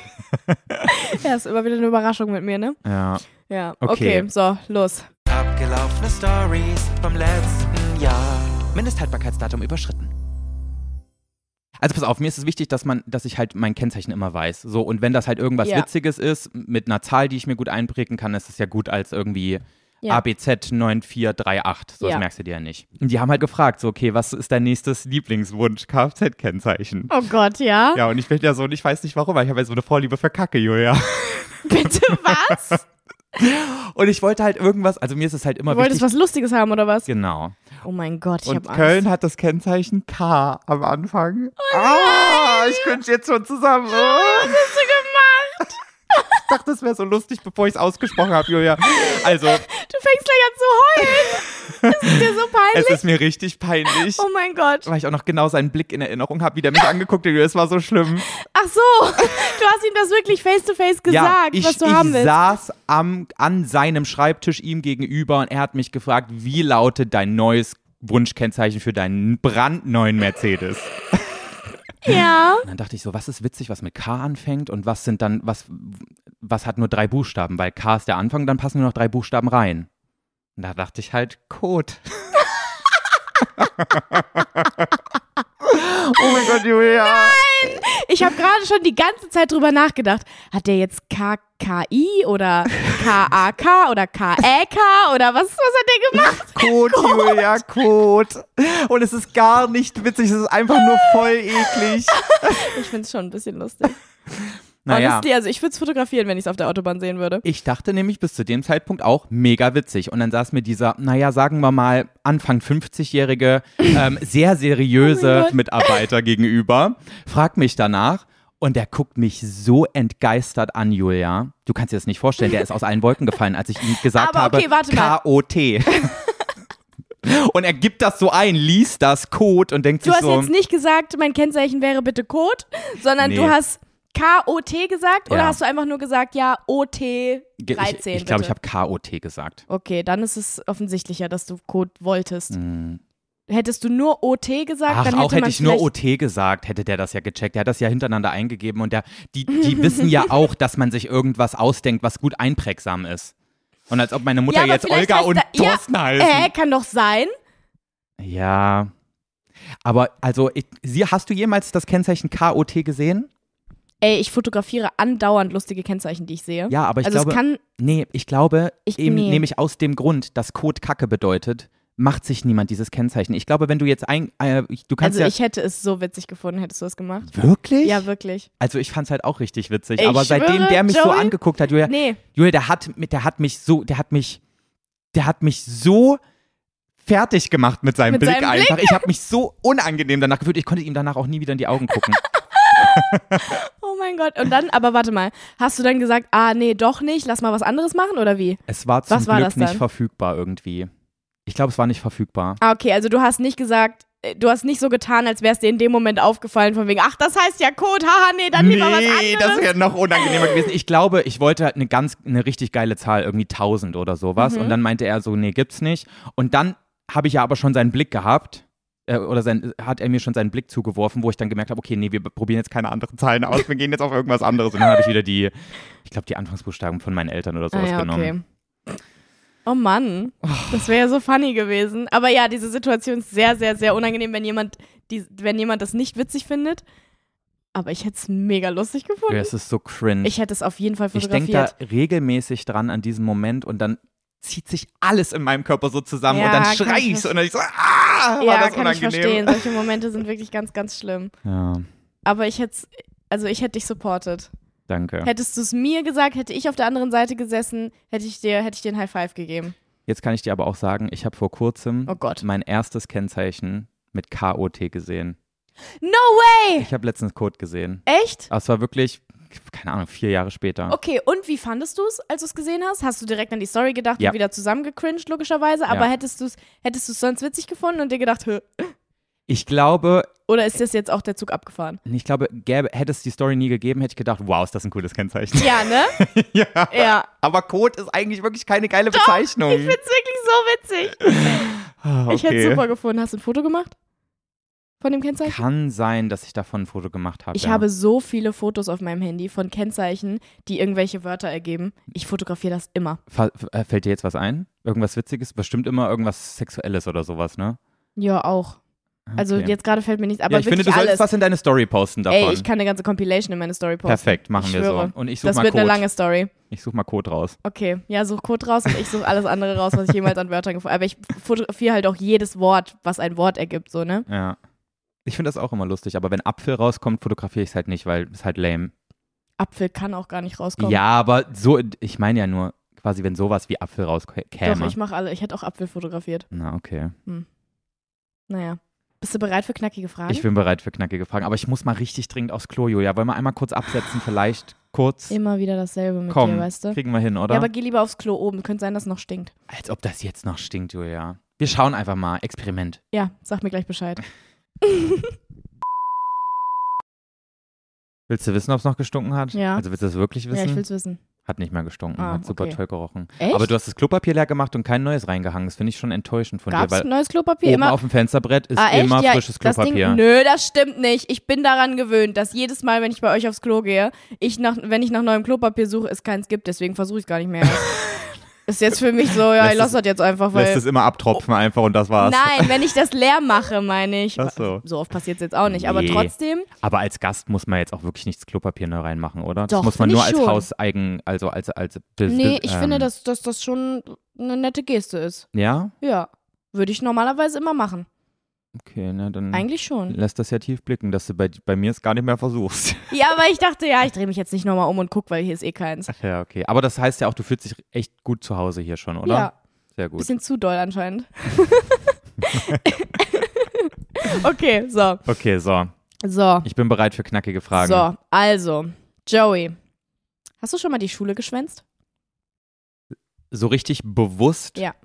Ja, ist immer wieder eine Überraschung mit mir, ne? Ja. Ja. Okay. Okay, so, los. Abgelaufene Stories vom letzten Jahr. Mindesthaltbarkeitsdatum überschritten. Also pass auf, mir ist es wichtig, dass man, dass ich halt mein Kennzeichen immer weiß. So, und wenn das halt irgendwas Ja. Witziges ist, mit einer Zahl, die ich mir gut einprägen kann, ist es ja gut als irgendwie Ja. A B Z neun vier drei acht. So, das Ja. merkst du dir ja nicht. Und die haben halt gefragt, so, okay, was ist dein nächstes Lieblingswunsch? Kfz-Kennzeichen. Oh Gott, ja? Ja, und ich bin ja so, und ich weiß nicht warum, weil ich habe ja so eine Vorliebe für Kacke, Julia. Bitte was? Und ich wollte halt irgendwas, also mir ist es halt immer Du wolltest wichtig. was Lustiges haben, oder was? Genau. Oh mein Gott, ich Und hab Köln Angst. hat das Kennzeichen K am Anfang. ah, ich könnte jetzt schon zusammen. Was hast du gemacht? Ich dachte, das wäre so lustig, bevor ich es ausgesprochen habe, Julia. Also, Du fängst gleich an zu heulen. Das ist dir so peinlich. es ist mir richtig peinlich, Oh mein Gott. weil ich auch noch genau seinen Blick in Erinnerung habe, wie der mich angeguckt hat. Es war so schlimm. Ach so, du hast ihm das wirklich face to face gesagt, ja, ich, was du ich haben willst. saß am, an seinem Schreibtisch ihm gegenüber und er hat mich gefragt, wie lautet dein neues Wunschkennzeichen für deinen brandneuen Mercedes? Ja. Und dann dachte ich so, was ist witzig, was mit K anfängt und was sind dann, was, was hat nur drei Buchstaben? Weil K ist der Anfang, dann passen nur noch drei Buchstaben rein. Und da dachte ich halt, Code. Oh mein Gott, Julia. Ich habe gerade schon die ganze Zeit drüber nachgedacht. Hat der jetzt K K I oder K A K oder K Ä K oder was, was hat der gemacht? Code, Julia, Code. Und es ist gar nicht witzig, es ist einfach nur voll eklig. Ich find's schon ein bisschen lustig. Naja. Honestly, also ich würde es fotografieren, wenn ich es auf der Autobahn sehen würde. Ich dachte nämlich bis zu dem Zeitpunkt auch mega witzig. Und dann saß mir dieser, naja, sagen wir mal, Anfang fünfzigjährige, ähm, sehr seriöse Oh Gott. Mitarbeiter gegenüber, fragt mich danach und der guckt mich so entgeistert an, Julia. Du kannst dir das nicht vorstellen, der ist aus allen Wolken gefallen, als ich ihm gesagt Aber okay, habe, warte mal. K O T. Und er gibt das so ein, liest das Code und denkt Du sich hast so, jetzt nicht gesagt, mein Kennzeichen wäre bitte Code, sondern Nee. du hast K O T gesagt oder Ja. hast du einfach nur gesagt, ja, O T Ge- dreizehn ich, ich glaube, bitte? ich habe K O T gesagt. Okay, dann ist es offensichtlicher, dass du Code wolltest. Hm. Hättest du nur O T gesagt, Ach, dann auch hätte hätte man ich nur vielleicht- O T gesagt, hätte der das ja gecheckt. Der hat das ja hintereinander eingegeben und der, die, die wissen ja auch, dass man sich irgendwas ausdenkt, was gut einprägsam ist. Und als ob meine Mutter Ja, aber jetzt vielleicht Olga heißt und da- ja, Thorsten heißen. Äh, kann doch sein. Ja. Aber also, ich, sie, hast du jemals das Kennzeichen K O T gesehen? Ey, ich fotografiere andauernd lustige Kennzeichen, die ich sehe. Ja, aber ich also glaube, es kann, nee, ich glaube, Ich- eben nee. nämlich aus dem Grund, dass Code Kacke bedeutet, macht sich niemand dieses Kennzeichen. Ich glaube, wenn du jetzt ein, äh, du kannst also ja ich hätte es so witzig gefunden, hättest du das gemacht. wirklich? Ja, wirklich. Also ich fand's halt auch richtig witzig. Ich aber seitdem schwöre, der mich so Joey, angeguckt hat, Julia, Nee, Julia, der hat, mit- der hat mich so, der hat mich, der hat mich so fertig gemacht mit seinem Mit Blick seinem einfach. Ich habe mich so unangenehm danach gefühlt. Ich konnte ihm danach auch nie wieder in die Augen gucken. oh mein Gott. Und dann, aber warte mal, hast du dann gesagt, ah nee, doch nicht, lass mal was anderes machen oder wie? Es war zum Was war Glück das nicht dann? verfügbar irgendwie. Ich glaube, es war nicht verfügbar. Ah, okay, also du hast nicht gesagt, äh, du hast nicht so getan, als wär's dir in dem Moment aufgefallen, von wegen, ach, das heißt ja Code, haha, nee, dann lieber was Nee, das anderes. wäre noch unangenehmer gewesen. Ich glaube, ich wollte halt eine ganz, eine richtig geile Zahl, irgendwie tausend oder sowas. Mhm. Und dann meinte er so, nee, gibt's nicht. Und dann habe ich ja aber schon seinen Blick gehabt. Äh, oder sein, hat er mir schon seinen Blick zugeworfen, wo ich dann gemerkt habe, okay, nee, wir probieren jetzt keine anderen Zahlen aus, wir gehen jetzt auf irgendwas anderes. Und dann habe ich wieder die, ich glaube, die Anfangsbuchstaben von meinen Eltern oder sowas ah, ja, genommen. okay. Oh Mann, das wäre ja so funny gewesen. Aber ja, diese Situation ist sehr, sehr, sehr unangenehm, wenn jemand, die, wenn jemand das nicht witzig findet. Aber ich hätte es mega lustig gefunden. Ja, es ist so cringe. Ich hätte es auf jeden Fall Ich denke fotografiert. da regelmäßig dran an diesen Moment und dann zieht sich alles in meinem Körper so zusammen Ja, und dann kann schrei ich ich so und dann ich so, ah, war ja, das kann unangenehm. ich verstehen. Solche Momente sind wirklich ganz, ganz schlimm. Ja, Aber ich hätte also ich hätte dich supportet. danke. Hättest du es mir gesagt, hätte ich auf der anderen Seite gesessen, hätte ich dir, hätte ich dir ein High Five gegeben. Jetzt kann ich dir aber auch sagen, ich habe vor kurzem Oh Gott. mein erstes Kennzeichen mit K O T gesehen. No way! Ich habe letztens Code gesehen. Echt? Aber es war wirklich, keine Ahnung, vier Jahre später. Okay, und wie fandest du es, als du es gesehen hast? Hast du direkt an die Story gedacht Ja. und wieder zusammengecringed, logischerweise? Aber Ja. hättest du es hättest du's sonst witzig gefunden und dir gedacht, hä? Ich glaube, Oder ist das jetzt auch der Zug abgefahren? ich glaube, gäbe, hätte es die Story nie gegeben, hätte ich gedacht, wow, ist das ein cooles Kennzeichen. Ja, ne? ja. Ja. Aber Code ist eigentlich wirklich keine geile Bezeichnung. Ich find's wirklich so witzig. Ah, Ich hätte es okay. super gefunden. Hast du ein Foto gemacht? Von dem Kennzeichen? Kann sein, dass ich davon ein Foto gemacht habe. Ich ja. habe so viele Fotos auf meinem Handy von Kennzeichen, die irgendwelche Wörter ergeben. Ich fotografiere das immer. Fa- äh, Fällt dir jetzt was ein? Irgendwas Witziges? Bestimmt immer irgendwas Sexuelles oder sowas, ne? Ja, auch. Also Okay. jetzt gerade fällt mir nichts, aber ja, ich wirklich finde, du solltest alles. was in deine Story posten davon. Ey, ich kann eine ganze Compilation in meine Story posten. Perfekt, machen ich wir schwöre. so. Und ich suche Das mal wird Code. eine lange Story. Ich suche mal Code raus. Okay, ja, such Code raus und ich suche alles andere raus, was ich jemals an Wörtern gefunden habe. Aber ich fotografiere halt auch jedes Wort, was ein Wort ergibt, so, ne? Ja. Ich finde das auch immer lustig, aber wenn Apfel rauskommt, fotografiere ich es halt nicht, weil es halt lame. Apfel kann auch gar nicht rauskommen. Ja, aber so, ich meine ja nur, quasi, wenn sowas wie Apfel Doch, rauskäme. ich mache alle. Ich hätte auch Apfel fotografiert. Na, okay. Naja. Bist du bereit für knackige Fragen? Ich bin bereit für knackige Fragen, aber ich muss mal richtig dringend aufs Klo, Julia. Wollen wir einmal kurz absetzen, vielleicht kurz? Immer wieder dasselbe mit Komm, dir, weißt du? kriegen wir hin, oder? Ja, aber geh lieber aufs Klo oben. Könnte sein, dass es noch stinkt. Als ob das jetzt noch stinkt, Julia. Wir schauen einfach mal. Experiment. Ja, sag mir gleich Bescheid. Willst du wissen, ob es noch gestunken hat? Ja. Also willst du das wirklich wissen? Ja, ich will's wissen. Hat nicht mehr gestunken, Ah, hat super okay. toll gerochen. Echt? Aber du hast das Klopapier leer gemacht und kein neues reingehangen. Das finde ich schon enttäuschend von Gab's dir, weil neues Klopapier? oben Immer auf dem Fensterbrett ist Ah, echt? immer Ja, frisches das Klopapier. Ding, nö, das stimmt nicht. Ich bin daran gewöhnt, dass jedes Mal, wenn ich bei euch aufs Klo gehe, ich nach, wenn ich nach neuem Klopapier suche, es keins gibt. Deswegen versuche ich es gar nicht mehr. Ist jetzt für mich so, ja, Lässt ich lasse das jetzt einfach, weil. Lässt es immer abtropfen einfach und das war's. Nein, wenn ich das leer mache, meine ich. Ach so. So oft passiert es jetzt auch nicht, aber Nee. trotzdem. Aber als Gast muss man jetzt auch wirklich nichts Klopapier neu reinmachen, oder? Das Doch, muss man find nur ich als schon. Hauseigen, also als als Be- Nee, Be- ich ähm, finde, dass, dass das schon eine nette Geste ist. Ja? Ja. Würde ich normalerweise immer machen. Okay, ne, dann Eigentlich schon. lässt das ja tief blicken, dass du bei, bei mir es gar nicht mehr versuchst. Ja, aber ich dachte, ja, ich drehe mich jetzt nicht nochmal um und guck, weil hier ist eh keins. Ach ja, okay. Aber das heißt ja auch, du fühlst dich echt gut zu Hause hier schon, oder? Ja. Sehr gut. Bisschen zu doll anscheinend. Okay, so. Okay, so. So. Ich bin bereit für knackige Fragen. So, also, Joey. Hast du schon mal die Schule geschwänzt? So richtig bewusst Ja.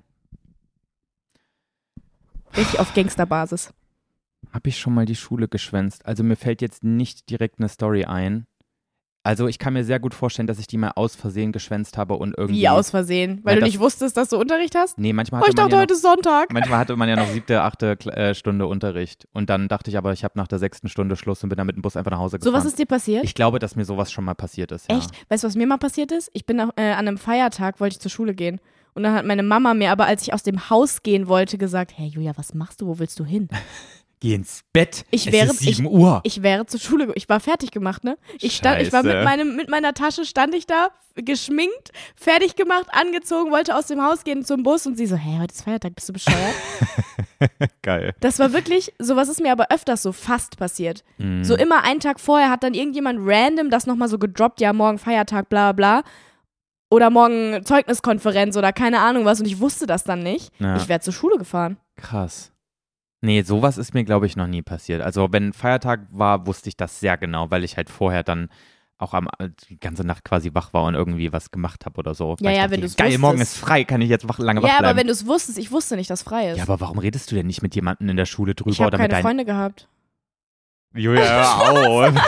Richtig auf Gangsterbasis. habe ich schon mal die Schule geschwänzt. Also mir fällt jetzt nicht direkt eine Story ein. Also ich kann mir sehr gut vorstellen, dass ich die mal aus Versehen geschwänzt habe und irgendwie... Wie aus Versehen? Weil Ja, du das- nicht wusstest, dass du Unterricht hast? Nee, manchmal Oh, hatte ich man dachte, ja heute noch, ist Sonntag. manchmal hatte man ja noch siebte, achte Kla- äh, Stunde Unterricht. Und dann dachte ich aber, ich habe nach der sechsten Stunde Schluss und bin dann mit dem Bus einfach nach Hause gefahren. So was ist dir passiert? Ich glaube, dass mir sowas schon mal passiert ist, ja. Echt? Weißt du, was mir mal passiert ist? Ich bin nach, äh, an einem Feiertag, wollte ich zur Schule gehen. Und dann hat meine Mama mir aber, als ich aus dem Haus gehen wollte, gesagt, hey Julia, was machst du, wo willst du hin? Geh ins Bett, Ich es wäre- ist sieben Uhr. Ich wäre zur Schule, ge- ich war fertig gemacht, ne? Ich, stand, ich war mit, Scheiße. meinem, mit meiner Tasche, stand ich da, geschminkt, fertig gemacht, angezogen, wollte aus dem Haus gehen zum Bus und sie so, hey, heute ist Feiertag, bist du bescheuert? Geil. Das war wirklich, sowas ist mir aber öfters so fast passiert. Mhm. So immer einen Tag vorher hat dann irgendjemand random das nochmal so gedroppt, ja, morgen Feiertag, bla bla. Oder morgen Zeugniskonferenz oder keine Ahnung was und ich wusste das dann nicht. Ja. Ich wäre zur Schule gefahren. Krass. Nee, sowas ist mir, glaube ich, noch nie passiert. Also wenn Feiertag war, wusste ich das sehr genau, weil ich halt vorher dann auch am, die ganze Nacht quasi wach war und irgendwie was gemacht habe oder so. Ja, Weil ich ja, dachte, wenn du's geil, morgen wusstest. ist frei, kann ich jetzt wach, lange wach Ja, bleiben. aber wenn du es wusstest, ich wusste nicht, dass frei ist. ja, aber warum redest du denn nicht mit jemandem in der Schule drüber ich habe oder keine mit deinen... Freunde gehabt. Julia, hör auf.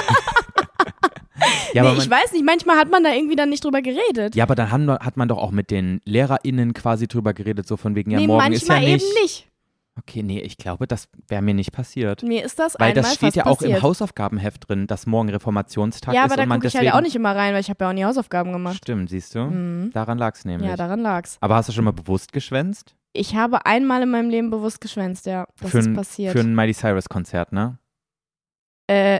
ja, aber nee, man, ich weiß nicht, manchmal hat man da irgendwie dann nicht drüber geredet. ja, aber dann haben, hat man doch auch mit den LehrerInnen quasi drüber geredet, so von wegen, ja, nee, morgen ist ja manchmal nicht... eben nicht. Okay, nee, ich glaube, das wäre mir nicht passiert. Mir ist das Weil einmal das steht fast ja auch passiert. im Hausaufgabenheft drin, dass morgen Reformationstag Ja, ist aber da und man gucke ich deswegen... halt auch nicht immer rein, weil ich habe ja auch nie Hausaufgaben gemacht. Stimmt, siehst du? Mhm. Daran lag es nämlich. Ja, daran lag's. Aber hast du schon mal bewusst geschwänzt? Ich habe einmal in meinem Leben bewusst geschwänzt, ja. Das für ist ein, passiert. Für ein Miley Cyrus-Konzert, ne? äh.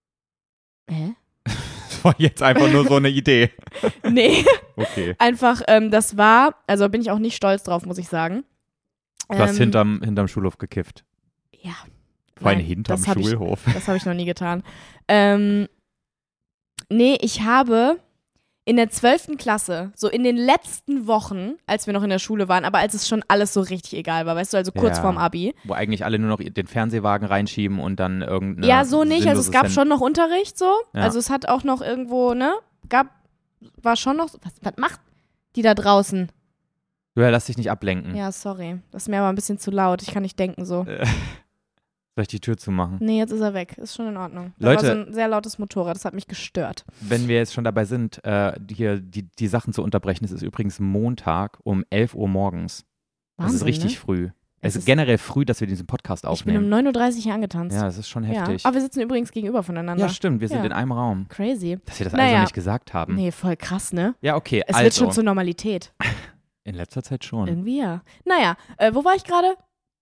Hä? Das war jetzt einfach nur so eine Idee. Nee. Okay. Einfach, ähm, das war, also bin ich auch nicht stolz drauf, muss ich sagen. Du hast Ähm, hinterm, hinterm Schulhof gekifft. Ja. Vor allem Nein, hinterm das hab ich- Schulhof. Das habe ich noch nie getan. Ähm, nee, ich habe in der zwölften Klasse, so in den letzten Wochen, als wir noch in der Schule waren, aber als es schon alles so richtig egal war, weißt du, also kurz Ja. vorm Abi. Wo eigentlich alle nur noch den Fernsehwagen reinschieben und dann irgendeine. Ja, so nicht, also es sinnlose gab Sen- schon noch Unterricht so, Ja. also es hat auch noch irgendwo, ne, gab, war schon noch, was, was macht die da draußen? Ja, lass dich nicht ablenken. Ja, sorry, das ist mir aber ein bisschen zu laut, ich kann nicht denken so. Äh, Soll ich die Tür zumachen? Nee, jetzt ist er weg, ist schon in Ordnung. Da Leute- war so ein sehr lautes Motorrad, das hat mich gestört. Wenn wir jetzt schon dabei sind, äh, hier die, die Sachen zu unterbrechen, es ist übrigens Montag um elf Uhr morgens. Das ist Wahnsinn, richtig ne? früh. Es Es ist ist- generell früh, dass wir diesen Podcast Ich bin um aufnehmen. neun Uhr dreißig hier angetanzt. Ja, das ist schon Ja. heftig. Aber wir sitzen übrigens gegenüber voneinander. Ja, stimmt, wir sind Ja. in einem Raum. Crazy. Dass wir das Naja. also nicht gesagt haben. Nee, voll krass, ne? Ja, okay, Es also. wird schon zur Normalität. in letzter Zeit schon. Irgendwie ja. Naja, äh, wo war ich gerade?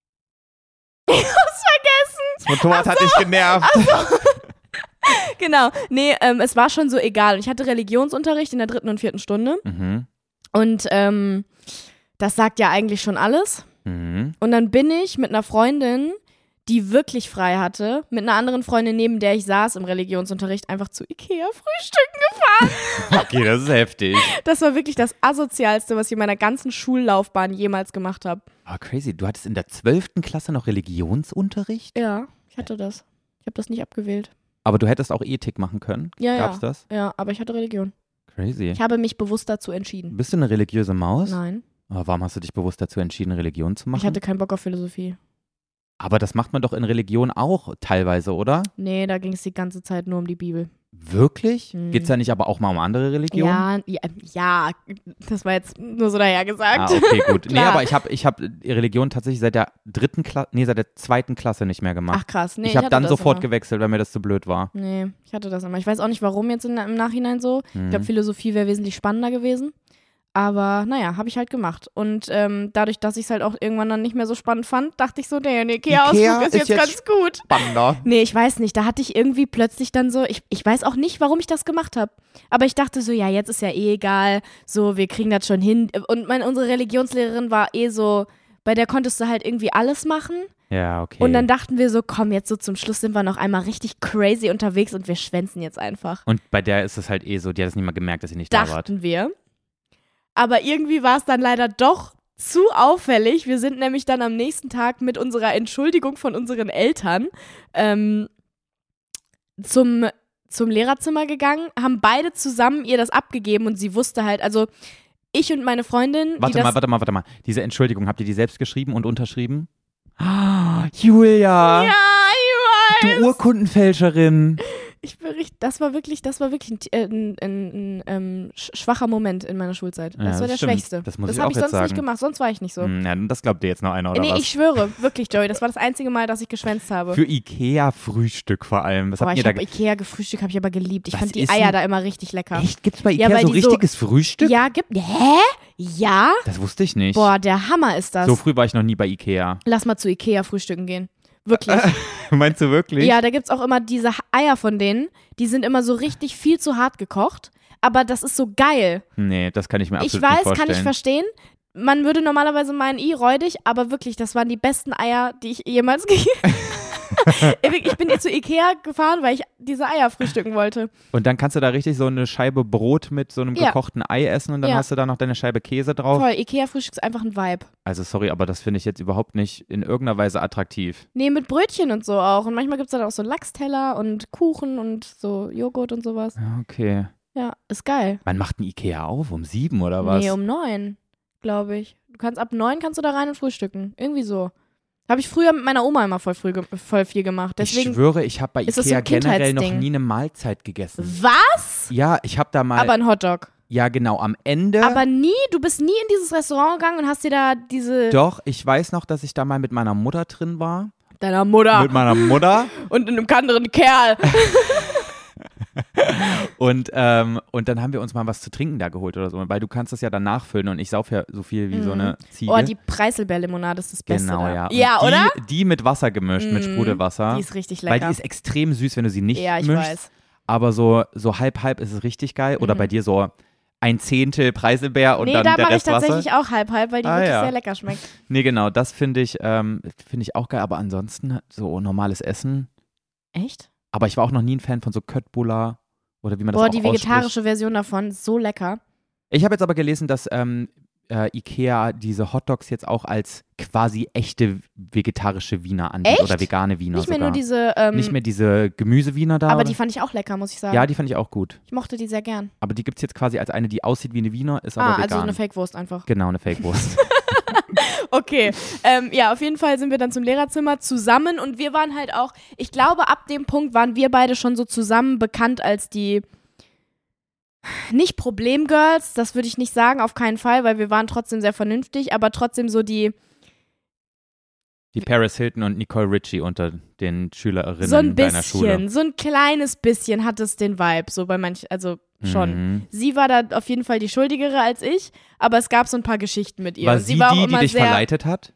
Ich hab's vergessen. Das Motorrad hat dich genervt. Genau. Nee, ähm, es war schon so egal. Und ich hatte Religionsunterricht in der dritten und vierten Stunde. Mhm. Und ähm, das sagt ja eigentlich schon alles. Mhm. Und dann bin ich mit einer Freundin, die wirklich frei hatte, mit einer anderen Freundin, neben der ich saß im Religionsunterricht, einfach zu Ikea frühstücken gefahren. Okay, das ist heftig. Das war wirklich das Asozialste, was ich in meiner ganzen Schullaufbahn jemals gemacht habe. Oh, crazy. Du hattest in der zwölften Klasse noch Religionsunterricht? Ja, ich hatte das. Ich habe das nicht abgewählt. Aber du hättest auch Ethik machen können? Ja, Gab's ja. das? Ja, aber ich hatte Religion. Crazy. Ich habe mich bewusst dazu entschieden. Bist du eine religiöse Maus? Nein, Aber warum hast du dich bewusst dazu entschieden, Religion zu machen? ich hatte keinen Bock auf Philosophie. Aber das macht man doch in Religion auch teilweise, oder? Nee, da ging es die ganze Zeit nur um die Bibel. Wirklich? Mhm. Geht's ja nicht aber auch mal um andere Religionen? Ja, ja, ja, das war jetzt nur so dahergesagt. Ah, okay, gut. nee, Klar. aber ich habe ich hab Religion tatsächlich seit der dritten Klasse, nee, seit der zweiten Klasse nicht mehr gemacht. Ach krass, nee, ich habe hatte dann das sofort immer. gewechselt, weil mir das zu blöd war. Nee, ich hatte das immer. Ich weiß auch nicht, warum jetzt in, im Nachhinein so. Mhm. Ich glaube, Philosophie wäre wesentlich spannender gewesen. Aber naja, habe ich halt gemacht. Und ähm, dadurch, dass ich es halt auch irgendwann dann nicht mehr so spannend fand, dachte ich so, der Ikea-Ausflug Ikea ist, ist jetzt, jetzt ganz gut. Spannender. Nee, ich weiß nicht. Da hatte ich irgendwie plötzlich dann so, ich, ich weiß auch nicht, warum ich das gemacht habe. Aber ich dachte so, ja, jetzt ist ja eh egal. So, wir kriegen das schon hin. Und meine, unsere Religionslehrerin war eh so, bei der konntest du halt irgendwie alles machen. Ja, okay. Und dann dachten wir so, komm, jetzt so zum Schluss sind wir noch einmal richtig crazy unterwegs und wir schwänzen jetzt einfach. Und bei der ist es halt eh so, die hat es nicht mal gemerkt, dass sie nicht da war. Dachten wir. Aber irgendwie war es dann leider doch zu auffällig. Wir sind nämlich dann am nächsten Tag mit unserer Entschuldigung von unseren Eltern ähm, zum, zum Lehrerzimmer gegangen, haben beide zusammen ihr das abgegeben und sie wusste halt, also ich und meine Freundin, die Warte das mal, warte mal, warte mal. Diese Entschuldigung, habt ihr die selbst geschrieben und unterschrieben? Ah, Julia, Ja, ich weiß. du Urkundenfälscherin. Ich bericht, das war wirklich, das war wirklich ein, äh, ein, ein, ein ähm, schwacher Moment in meiner Schulzeit. Das Ja, war das der stimmt. schwächste. Das muss das ich habe auch ich jetzt sonst sagen. nicht gemacht, sonst war ich nicht so. Hm, ja, das glaubt dir jetzt noch einer oder nee, was? ich schwöre, wirklich, Joey, das war das einzige Mal, dass ich geschwänzt habe. Für Ikea-Frühstück vor allem. Was Boah, habt ich ihr da habe ge- Ikea gefrühstück, habe ich aber geliebt. Ich Was fand die ist Eier denn- da immer richtig lecker. Echt? Gibt's bei Ja, Ikea weil so die so- richtiges Frühstück? Ja, gibt. Hä? Ja? Das wusste ich nicht. Boah, der Hammer ist das. So früh war ich noch nie bei Ikea. Lass mal zu Ikea frühstücken gehen. Wirklich. Meinst du wirklich? Ja, da gibt's auch immer diese Eier von denen, die sind immer so richtig viel zu hart gekocht, aber das ist so geil. Nee, das kann ich mir absolut Ich nicht weiß, vorstellen. kann ich verstehen. Man würde normalerweise meinen, i, räudig, aber wirklich, das waren die besten Eier, die ich jemals gegessen habe. Ich bin zu Ikea gefahren, weil ich diese Eier frühstücken wollte. Und dann kannst du da richtig so eine Scheibe Brot mit so einem Ja. gekochten Ei essen und dann Ja. hast du da noch deine Scheibe Käse drauf. Voll, Ikea-Frühstück ist einfach ein Vibe. Also sorry, aber das finde ich jetzt überhaupt nicht in irgendeiner Weise attraktiv. Nee, mit Brötchen und so auch. Und manchmal gibt es dann auch so Lachsteller und Kuchen und so Joghurt und sowas. Ja, okay. Ja, ist geil. Wann macht ein Ikea auf? Um sieben oder was? Nee, um neun, glaube ich. Du kannst ab neun kannst du da rein und frühstücken. Irgendwie so. Habe ich früher mit meiner Oma immer voll, früh, ge- voll viel gemacht. Deswegen, ich schwöre, ich habe bei ist das so Ikea ein generell noch Kindheitsding. nie eine Mahlzeit gegessen. was? Ja, ich habe da mal, Aber ein Hotdog. ja genau, am Ende, Aber nie, du bist nie in dieses Restaurant gegangen und hast dir da diese doch, ich weiß noch, dass ich da mal mit meiner Mutter drin war. deiner Mutter Mit meiner Mutter. und einem anderen Kerl. Und, ähm, und dann haben wir uns mal was zu trinken da geholt oder so, weil du kannst das ja dann nachfüllen und ich sauf ja so viel wie so eine Ziege. Oh, die Preiselbeerlimonade ist das Beste. Genau, da. ja. Und Ja, die, oder? Die mit Wasser gemischt, mit Mm, Sprudelwasser. Die ist richtig Weil lecker. die ist extrem süß, wenn du sie nicht ja, ich mischst. weiß. Aber so, so halb, halb ist es richtig geil. Oder Mhm. bei dir so ein Zehntel Preiselbeer und Nee, dann da der mache ich Rest Wasser. tatsächlich auch halb halb, weil die Ah, wirklich ja. sehr lecker schmeckt. Nee, genau, das finde ich, ähm, finde ich auch geil. Aber ansonsten so normales Essen. Echt? Aber ich war auch noch nie ein Fan von so Köttbullar oder wie man das Boah, auch die ausspricht. vegetarische Version davon ist so lecker. Ich habe jetzt aber gelesen, dass ähm, äh, Ikea diese Hotdogs jetzt auch als quasi echte vegetarische Wiener anbietet. Echt? Oder vegane Wiener Nicht mehr sogar. nur diese, ähm, Nicht mehr diese Gemüsewiener da. aber oder? die fand ich auch lecker, muss ich sagen. Ja, die fand ich auch gut. Ich mochte die sehr gern. Aber die gibt es jetzt quasi als eine, die aussieht wie eine Wiener, ist aber Ah, vegan. also eine Fake-Wurst einfach. Genau, eine Fake-Wurst. Okay, ähm, ja, auf jeden Fall sind wir dann zum Lehrerzimmer zusammen und wir waren halt auch, ich glaube, ab dem Punkt waren wir beide schon so zusammen bekannt als die, nicht Problem-Girls, das würde ich nicht sagen, auf keinen Fall, weil wir waren trotzdem sehr vernünftig, aber trotzdem so die, Die Paris Hilton und Nicole Richie unter den Schülerinnen so ein deiner Schule. bisschen, so ein kleines bisschen hat es den Vibe, so bei manchen, also schon. Mhm. Sie war da auf jeden Fall die Schuldigere als ich, aber es gab so ein paar Geschichten mit ihr. War und sie sie war auch die, die immer dich sehr, verleitet hat?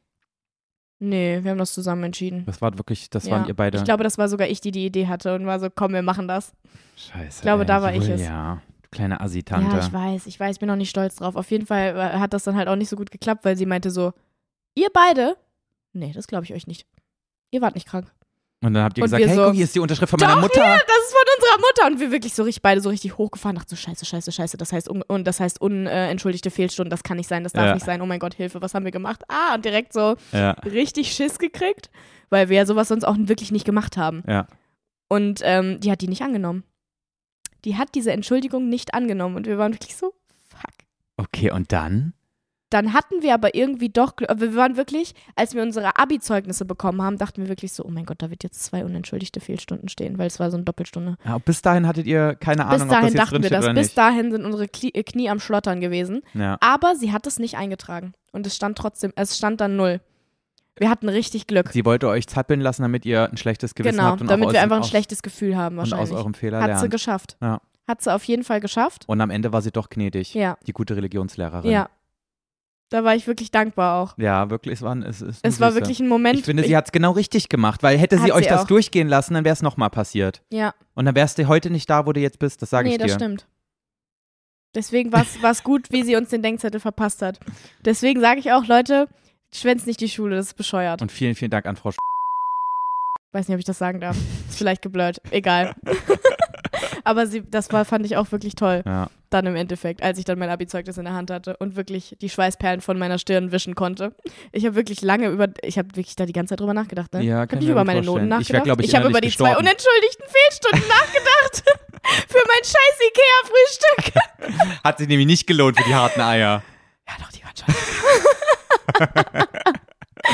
Nee, wir haben das zusammen entschieden. Das war wirklich, das Ja. waren ihr beide. Ich glaube, das war sogar ich, die die Idee hatte und war so, komm, wir machen das. Scheiße. ich glaube, ey, da war ich es. Ja, du kleine Assi-Tante. Ja, ich weiß, ich weiß, ich bin noch nicht stolz drauf. Auf jeden Fall äh, hat das dann halt auch nicht so gut geklappt, weil sie meinte so, ihr beide? Nee, das glaube ich euch nicht. Ihr wart nicht krank. Und dann habt ihr Und gesagt, wir hey, so, guck, hier ist die Unterschrift von Doch, meiner Mutter. hier, das ist von unserer Mutter. Und wir wirklich so richtig, beide so richtig hochgefahren, dachten so, scheiße, scheiße, scheiße, das heißt, un und das heißt unentschuldigte Fehlstunden, das kann nicht sein, das darf Ja. nicht sein, oh mein Gott, Hilfe, was haben wir gemacht? Ah, und direkt so Ja, richtig Schiss gekriegt, weil wir ja sowas sonst auch wirklich nicht gemacht haben. ja. Und ähm, die hat die nicht angenommen. Die hat diese Entschuldigung nicht angenommen und wir waren wirklich so, fuck. Okay, und dann? Dann hatten wir aber irgendwie doch, Glück- wir waren wirklich, als wir unsere Abi-Zeugnisse bekommen haben, dachten wir wirklich so, oh mein Gott, da wird jetzt zwei unentschuldigte Fehlstunden stehen, weil es war so eine Doppelstunde. Ja, bis dahin hattet ihr keine Ahnung, Bis ob das dahin jetzt dachten wir drinsteht das, oder bis nicht. dahin sind unsere Knie, äh, Knie am Schlottern gewesen. Ja. Aber sie hat es nicht eingetragen und es stand trotzdem, es stand dann null. Wir hatten richtig Glück. Sie wollte euch zappeln lassen, damit ihr ein schlechtes Gewissen Genau, habt. Und damit auch wir aus, einfach ein aus, schlechtes Gefühl haben Und wahrscheinlich. aus eurem Fehler Hat sie lernt. geschafft. Ja. Hat sie auf jeden Fall geschafft. Und am Ende war sie doch gnädig. Ja. Die gute Religionslehrerin. Ja. Da war ich wirklich dankbar auch. Ja, wirklich, es war, ein- es, es, Es war wirklich ein Moment. Ich finde, sie hat es genau richtig gemacht, weil hätte sie Hat euch sie das auch. durchgehen lassen, dann wäre es nochmal passiert. Ja, Und dann wärst du heute nicht da, wo du jetzt bist, das sage nee, ich dir. das stimmt. Deswegen war es gut, wie sie uns den Denkzettel verpasst hat. Deswegen sage ich auch, Leute, schwänzt nicht die Schule, das ist bescheuert. Und vielen, vielen Dank an Frau Sch Weiß nicht, ob ich das sagen darf. Ist vielleicht geblurrt. Egal. Aber sie, das war, fand ich auch wirklich toll. Ja. Dann im Endeffekt, als ich dann mein Abi-Zeugnis in der Hand hatte und wirklich die Schweißperlen von meiner Stirn wischen konnte. Ich habe wirklich lange über, ich habe wirklich da die ganze Zeit drüber nachgedacht. Ne? Ja, ich kann habe ich nicht mir über gut meine vorstellen. Noten Ich wär, nachgedacht. glaub ich, ich habe innerlich über die zwei gestorben. unentschuldigten Fehlstunden nachgedacht. Für mein scheiß Ikea-Frühstück. Hat sich nämlich nicht gelohnt für die harten Eier. Ja, doch, die waren schon.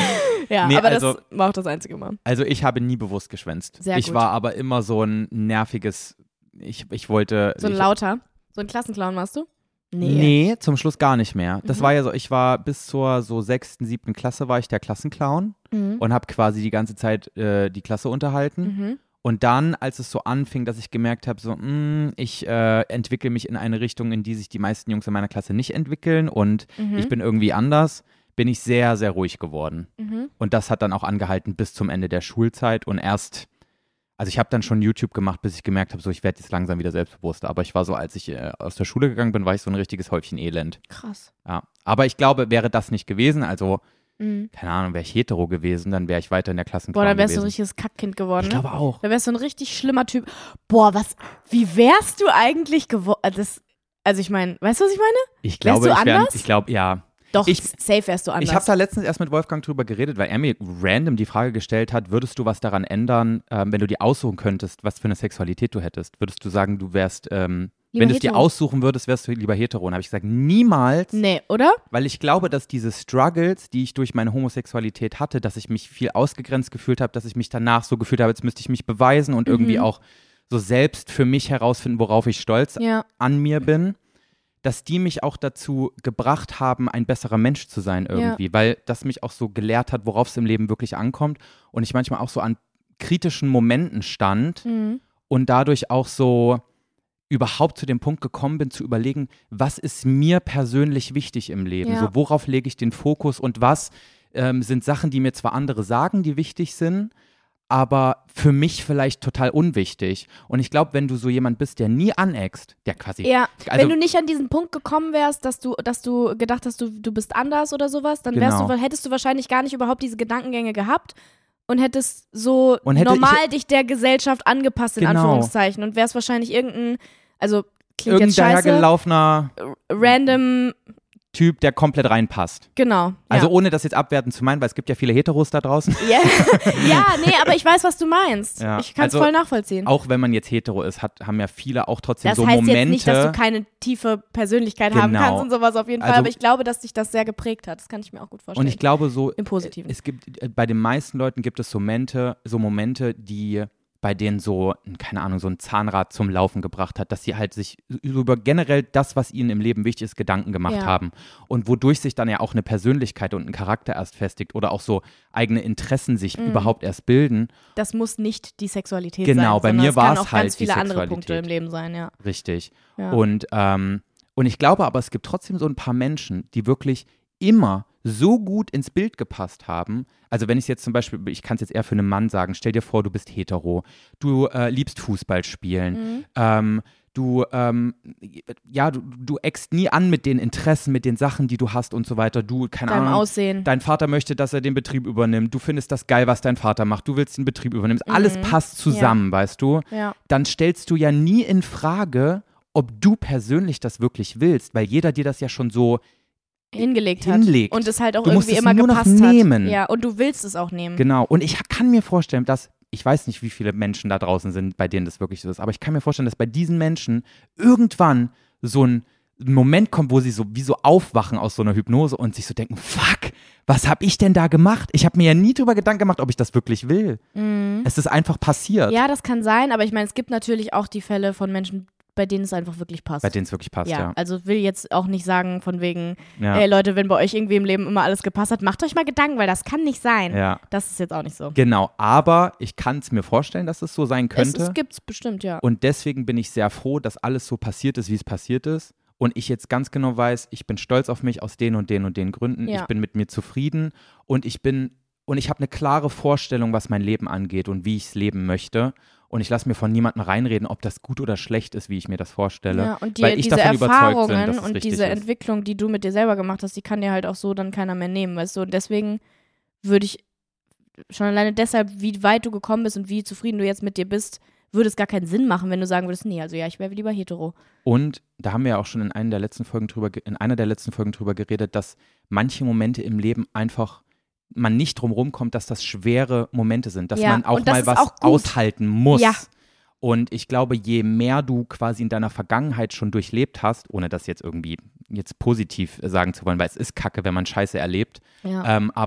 Ja, Nee, aber also- das war auch das einzige Mal. Also ich habe nie bewusst geschwänzt. Sehr ich gut. war aber immer so ein nerviges, ich, ich wollte. So ein ich, lauter. So ein Klassenclown warst du? Nee, zum Schluss gar nicht mehr. Das Mhm. war ja so, ich war bis zur so sechsten, siebten Klasse war ich der Klassenclown Mhm. und habe quasi die ganze Zeit äh, die Klasse unterhalten. Mhm. Und dann, als es so anfing, dass ich gemerkt habe, so, mh, ich äh, entwickle mich in eine Richtung, in die sich die meisten Jungs in meiner Klasse nicht entwickeln und Mhm. ich bin irgendwie anders, bin ich sehr, sehr ruhig geworden. Mhm. Und das hat dann auch angehalten bis zum Ende der Schulzeit und erst, also ich habe dann schon YouTube gemacht, bis ich gemerkt habe, so ich werde jetzt langsam wieder selbstbewusster. Aber ich war so, als ich äh, aus der Schule gegangen bin, war ich so ein richtiges Häufchen Elend. Krass. Ja. Aber ich glaube, wäre das nicht gewesen, also Mhm. keine Ahnung, wäre ich hetero gewesen, dann wäre ich weiter in der Klassenclown Boah, dann wärst du ein gewesen. richtiges Kackkind geworden. Ich ne? glaube auch. Da wärst du ein richtig schlimmer Typ. Boah, was, wie wärst du eigentlich geworden? Also ich meine, weißt du, was ich meine? Ich glaube, du ich wäre, anders? ich glaube, ja. Doch, Ich- safe wärst du anders. Ich habe da letztens erst mit Wolfgang drüber geredet, weil er mir random die Frage gestellt hat, würdest du was daran ändern, ähm, wenn du dir aussuchen könntest, was für eine Sexualität du hättest? Würdest du sagen, du wärst, ähm, Lieber wenn du es dir hetero. aussuchen würdest, wärst du lieber hetero? Und habe ich gesagt, niemals, Nee, oder? weil ich glaube, dass diese Struggles, die ich durch meine Homosexualität hatte, dass ich mich viel ausgegrenzt gefühlt habe, dass ich mich danach so gefühlt habe, als müsste ich mich beweisen und Mhm. irgendwie auch so selbst für mich herausfinden, worauf ich stolz Ja. an mir bin, dass die mich auch dazu gebracht haben, ein besserer Mensch zu sein irgendwie, weil das mich auch so gelehrt hat, worauf es im Leben wirklich ankommt und ich manchmal auch so an kritischen Momenten stand Mhm. und dadurch auch so überhaupt zu dem Punkt gekommen bin, zu überlegen, was ist mir persönlich wichtig im Leben? Ja. So, worauf lege ich den Fokus und was ähm, sind Sachen, die mir zwar andere sagen, die wichtig sind, aber für mich vielleicht total unwichtig. Und ich glaube, wenn du so jemand bist, der nie aneckst, der quasi. Ja, also, wenn du nicht an diesen Punkt gekommen wärst, dass du, dass du gedacht hast, du, du bist anders oder sowas, dann wärst Genau. du, hättest du wahrscheinlich gar nicht überhaupt diese Gedankengänge gehabt und hättest so Und hätte normal ich- dich der Gesellschaft angepasst, in Genau. Anführungszeichen, und wärst wahrscheinlich irgendein, also klingt jetzt irgendein scheiße, hergelaufener random, Typ, der komplett reinpasst. genau. Also ja. ohne das jetzt abwertend zu meinen, weil es gibt ja viele Heteros da draußen. Ja. ja, nee, aber ich weiß, was du meinst. Ja, Ich kann es also voll nachvollziehen. Auch wenn man jetzt hetero ist, hat, haben ja viele auch trotzdem Das so heißt Momente. jetzt nicht, dass du keine tiefe Persönlichkeit haben Genau. kannst und sowas auf jeden Fall, Also- aber ich glaube, dass dich das sehr geprägt hat. Das kann ich mir auch gut vorstellen. Und ich glaube so, Im Positiven. es gibt, äh, bei den meisten Leuten gibt es so Momente, so Momente, die bei denen so, keine Ahnung, so ein Zahnrad zum Laufen gebracht hat, dass sie halt sich über generell das, was ihnen im Leben wichtig ist, Gedanken gemacht Ja. haben. Und wodurch sich dann ja auch eine Persönlichkeit und ein Charakter erst festigt oder auch so eigene Interessen sich Mhm. überhaupt erst bilden. Das muss nicht die Sexualität sein. Genau, bei sondern mir es kann war's auch halt ganz die viele andere Sexualität. Punkte im Leben sein, ja. Richtig. Ja. Und, ähm, und ich glaube aber, es gibt trotzdem so ein paar Menschen, die wirklich immer so gut ins Bild gepasst haben. Also wenn ich jetzt zum Beispiel, ich kann es jetzt eher für einen Mann sagen, stell dir vor, du bist hetero, du äh, liebst Fußball spielen, Mhm. ähm, du, ähm, ja, du, du eckst nie an mit den Interessen, mit den Sachen, die du hast und so weiter. Du, keine Deinem Ahnung, Aussehen. dein Vater möchte, dass er den Betrieb übernimmt, du findest das geil, was dein Vater macht, du willst den Betrieb übernehmen, alles Mhm. passt zusammen, weißt du? Ja. Dann stellst du ja nie in Frage, ob du persönlich das wirklich willst, weil jeder dir das ja schon so Hingelegt hat. hinlegt. Und es halt auch Du musst irgendwie es immer nur noch gepasst nehmen. hat. Ja, und du willst es auch nehmen. genau. Und ich kann mir vorstellen, dass, ich weiß nicht, wie viele Menschen da draußen sind, bei denen das wirklich so ist, aber ich kann mir vorstellen, dass bei diesen Menschen irgendwann so ein Moment kommt, wo sie so wie so aufwachen aus so einer Hypnose und sich so denken, fuck, was habe ich denn da gemacht? Ich habe mir ja nie drüber Gedanken gemacht, ob ich das wirklich will. Mhm. Es ist einfach passiert, Ja, das kann sein, aber ich meine, es gibt natürlich auch die Fälle von Menschen, bei denen es einfach wirklich passt. bei denen es wirklich passt, ja, ja. also will jetzt auch nicht sagen von wegen, Ja, ey Leute, wenn bei euch irgendwie im Leben immer alles gepasst hat, macht euch mal Gedanken, weil das kann nicht sein. ja. Das ist jetzt auch nicht so. Genau, aber ich kann es mir vorstellen, dass es so sein Es, könnte. es gibt's bestimmt, ja. Und deswegen bin ich sehr froh, dass alles so passiert ist, wie es passiert ist. Und ich jetzt ganz genau weiß, ich bin stolz auf mich aus den und den und den Gründen. Ja. Ich bin mit mir zufrieden und ich bin und ich habe eine klare Vorstellung, was mein Leben angeht und wie ich es leben möchte. Und ich lasse mir von niemandem reinreden, ob das gut oder schlecht ist, wie ich mir das vorstelle. Ja, und die, weil ich diese davon überzeugt bin, Erfahrungen dass es und richtig diese ist. Entwicklung, die du mit dir selber gemacht hast, die kann dir halt auch so dann keiner mehr nehmen, weißt du. Und deswegen würde ich schon alleine deshalb, wie weit du gekommen bist und wie zufrieden du jetzt mit dir bist, würde es gar keinen Sinn machen, wenn du sagen würdest, nee, also ja, ich wäre lieber hetero. Und da haben wir ja auch schon in einer der letzten Folgen drüber, ge- in einer der letzten Folgen drüber geredet, dass manche Momente im Leben einfach man nicht drum rumkommt, dass das schwere Momente sind, dass Ja, man auch und das mal ist was auch gut. aushalten muss. Ja. Und ich glaube, je mehr du quasi in deiner Vergangenheit schon durchlebt hast, ohne das jetzt irgendwie jetzt positiv sagen zu wollen, weil es ist kacke, wenn man Scheiße erlebt, Ja. ähm, aber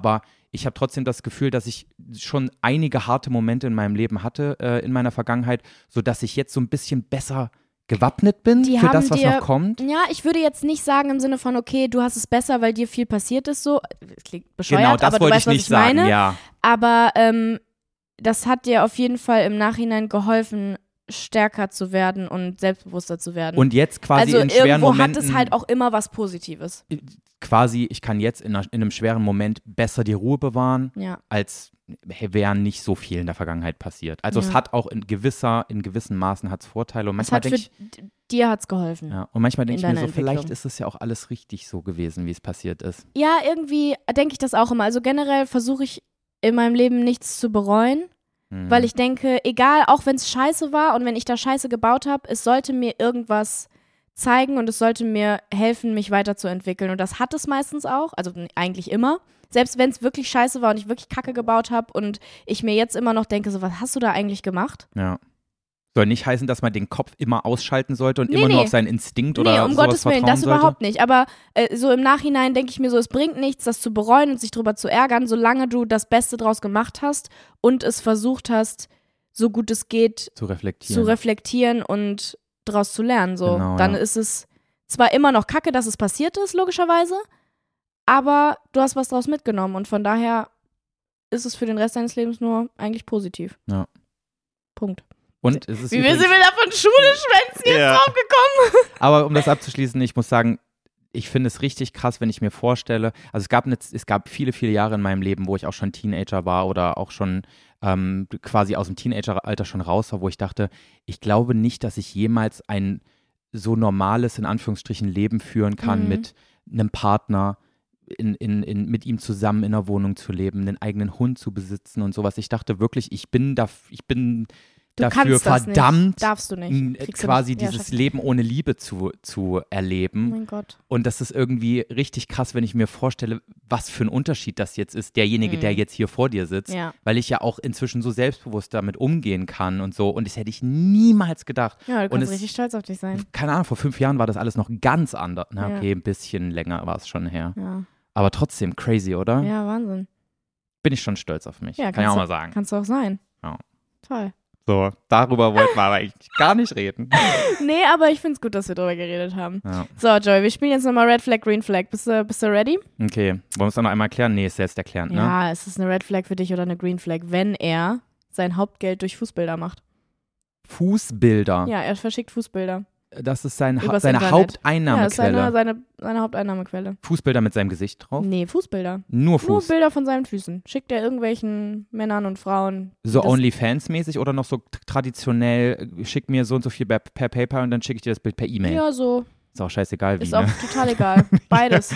ich habe trotzdem das Gefühl, dass ich schon einige harte Momente in meinem Leben hatte, äh, in meiner Vergangenheit, sodass ich jetzt so ein bisschen besser gewappnet bin Die für haben das, was dir- noch kommt. Ja, ich würde jetzt nicht sagen im Sinne von, okay, du hast es besser, weil dir viel passiert ist, so. Das klingt bescheuert, Genau, das aber du wollte weißt, ich was nicht ich sagen, meine. ja. Aber ähm, das hat dir auf jeden Fall im Nachhinein geholfen, stärker zu werden und selbstbewusster zu werden. Und jetzt quasi also in schweren irgendwo Momenten, hat es halt auch immer was Positives. quasi, ich kann jetzt in, einer, in einem schweren Moment besser die Ruhe bewahren, Ja. als wäre nicht so viel in der Vergangenheit passiert. Also Ja. es hat auch in gewisser, in gewissen Maßen hat's Vorteile und Es manchmal hat für denke ich, d- dir hat's geholfen. ja, und manchmal denke in ich mir deiner so, vielleicht Entwicklung. ist es ja auch alles richtig so gewesen, wie es passiert ist. Ja, irgendwie denke ich das auch immer. Also generell versuche ich in meinem Leben nichts zu bereuen, Hm. weil ich denke, egal, auch wenn es scheiße war und wenn ich da Scheiße gebaut habe, es sollte mir irgendwas zeigen und es sollte mir helfen, mich weiterzuentwickeln. Und das hat es meistens auch, also n- eigentlich immer. Selbst wenn es wirklich scheiße war und ich wirklich Kacke gebaut habe und ich mir jetzt immer noch denke, so, was hast du da eigentlich gemacht? Ja. Soll nicht heißen, dass man den Kopf immer ausschalten sollte und Nee, immer nee. nur auf seinen Instinkt oder Nee, um sowas Gottes Willen, vertrauen das sollte. überhaupt nicht. Aber äh, so im Nachhinein denke ich mir so, es bringt nichts, das zu bereuen und sich drüber zu ärgern, solange du das Beste draus gemacht hast und es versucht hast, so gut es geht, Zu reflektieren. zu reflektieren und daraus zu lernen. So. Genau, Dann ja. ist es zwar immer noch kacke, dass es passiert ist, logischerweise, aber du hast was draus mitgenommen und von daher ist es für den Rest deines Lebens nur eigentlich positiv. Ja. Punkt. Und es ist Wie übrigens, sind wir da von Schule schwänzen jetzt Ja. drauf gekommen? aber um das abzuschließen, ich muss sagen, ich finde es richtig krass, wenn ich mir vorstelle, also es gab, eine, es gab viele, viele Jahre in meinem Leben, wo ich auch schon Teenager war oder auch schon ähm, quasi aus dem Teenageralter schon raus war, wo ich dachte, ich glaube nicht, dass ich jemals ein so normales, in Anführungsstrichen, Leben führen kann Mhm. mit einem Partner, in, in, in, mit ihm zusammen in einer Wohnung zu leben, einen eigenen Hund zu besitzen und sowas. Ich dachte wirklich, ich bin da, ich bin Du dafür kannst das verdammt, nicht. Darfst du nicht. n- Kriegst du quasi nicht. Ja, dieses schaffst du. Leben ohne Liebe zu, zu Oh erleben. mein Gott. Und das ist irgendwie richtig krass, wenn ich mir vorstelle, was für ein Unterschied das jetzt ist, derjenige, Mhm. der jetzt hier vor dir sitzt, Ja. weil ich ja auch inzwischen so selbstbewusst damit umgehen kann und so. Und das hätte ich niemals gedacht. Ja, du Und kannst es- richtig stolz auf dich sein. Keine Ahnung, vor fünf Jahren war das alles noch ganz anders. Na, Ja. okay, ein bisschen länger war es schon her. Ja, Aber trotzdem crazy, oder? ja Wahnsinn. Bin ich schon stolz auf mich. Ja, kann ich kannst auch du- mal sagen. Kannst du auch sein. Ja. Toll. So, darüber wollten wir aber eigentlich gar nicht reden. Nee, aber ich find's gut, dass wir drüber geredet haben. Ja. So, Joey, wir spielen jetzt nochmal Red Flag, Green Flag. Bist du, bist du ready? Okay, wollen wir es dann noch einmal erklären? Nee, ist selbst erklärend, ne? Ja, ist es eine Red Flag für dich oder eine Green Flag, wenn er sein Hauptgeld durch Fußbilder macht? Fußbilder. Ja, er verschickt Fußbilder. Das ist sein, ha Übers seine Internet. Haupteinnahmequelle. Ja, ist seine, seine, seine Haupteinnahmequelle. Fußbilder mit seinem Gesicht drauf? Nee, Fußbilder. Nur Nur Fuß. Bilder von seinen Füßen. Schickt er irgendwelchen Männern und Frauen. So das- OnlyFans-mäßig oder noch so t- traditionell, äh, schick mir so und so viel per, per PayPal und dann schicke ich dir das Bild per E-Mail. Ja, so. Ist auch scheißegal wie, Ist auch ne? total egal. Beides.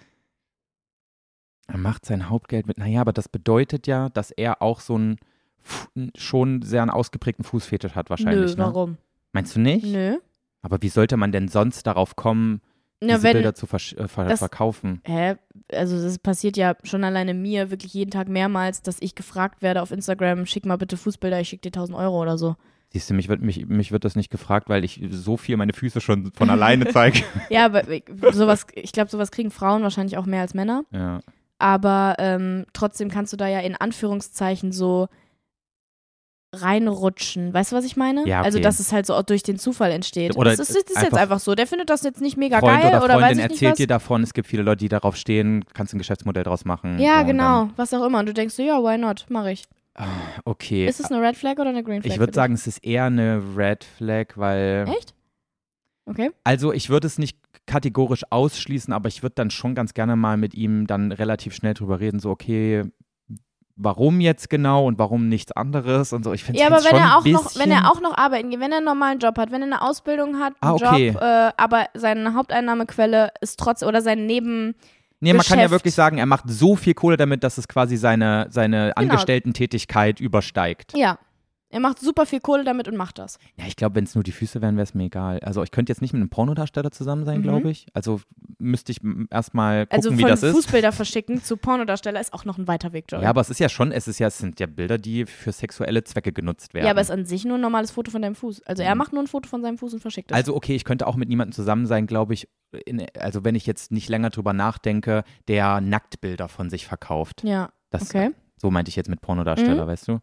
Er macht sein Hauptgeld mit, naja, aber das bedeutet ja, dass er auch so einen Fu- schon sehr einen ausgeprägten Fußfetisch hat wahrscheinlich, Nö, ne? warum? Meinst du nicht? Nö. Aber wie sollte man denn sonst darauf kommen, Na, diese wenn, Bilder zu versch- äh, ver das- verkaufen? Hä? Also das passiert ja schon alleine mir wirklich jeden Tag mehrmals, dass ich gefragt werde auf Instagram, schick mal bitte Fußbilder, ich schick dir tausend Euro oder so. Siehst du, mich wird, mich, mich wird das nicht gefragt, weil ich so viel meine Füße schon von alleine zeige. Ja, aber ich- sowas, ich glaube, sowas kriegen Frauen wahrscheinlich auch mehr als Männer. Ja. Aber ähm, trotzdem kannst du da ja in Anführungszeichen so reinrutschen. Weißt du, was ich meine? Ja, okay. Also, dass es halt so auch durch den Zufall entsteht. Oder das ist, das ist jetzt einfach- einfach so. Der findet das jetzt nicht mega Freund geil oder oder, weiß Freundin ich nicht erzählt was. dir davon, es gibt viele Leute, die darauf stehen, kannst ein Geschäftsmodell draus machen. Ja, so, und genau. Was auch immer. Und du denkst so, ja, why not? Mach ich. Dann, okay. Ist es eine Red Flag oder eine Green Flag? Ich für würde dich? sagen, es ist eher eine Red Flag, weil. Echt? Okay. Also ich würde es nicht kategorisch ausschließen, aber ich würde dann schon ganz gerne mal mit ihm dann relativ schnell drüber reden, so okay, warum jetzt genau und warum nichts anderes und so. Ich finde Ja, aber schon wenn er auch ein noch, bisschen, wenn er auch noch arbeiten geht, wenn er einen normalen Job hat, wenn er eine Ausbildung hat, einen Ah, okay. Job, äh, aber seine Haupteinnahmequelle ist trotz oder sein Neben Nee, man kann ja Geschäft. wirklich sagen, er macht so viel Kohle damit, dass es quasi seine, seine Genau. Angestellten-Tätigkeit übersteigt. ja, er macht super viel Kohle damit und macht das. Ja, ich glaube, wenn es nur die Füße wären, wäre es mir egal. Also ich könnte jetzt nicht mit einem Pornodarsteller zusammen sein, Mhm. glaube ich. Also müsste ich m- erstmal gucken, Also wie von das ist. Fußbilder verschicken zu Pornodarsteller ist auch noch ein weiter Weg, Joey. Ja, aber es ist ja schon, es ist ja, es sind ja Bilder, die für sexuelle Zwecke genutzt werden. Ja, aber es ist an sich nur ein normales Foto von deinem Fuß. Also er Mhm. macht nur ein Foto von seinem Fuß und verschickt es. Also okay, ich könnte auch mit niemandem zusammen sein, glaube ich, in, also wenn ich jetzt nicht länger drüber nachdenke, der Nacktbilder von sich verkauft. ja. Das, Okay. So meinte ich jetzt mit Pornodarsteller, Mhm. weißt du.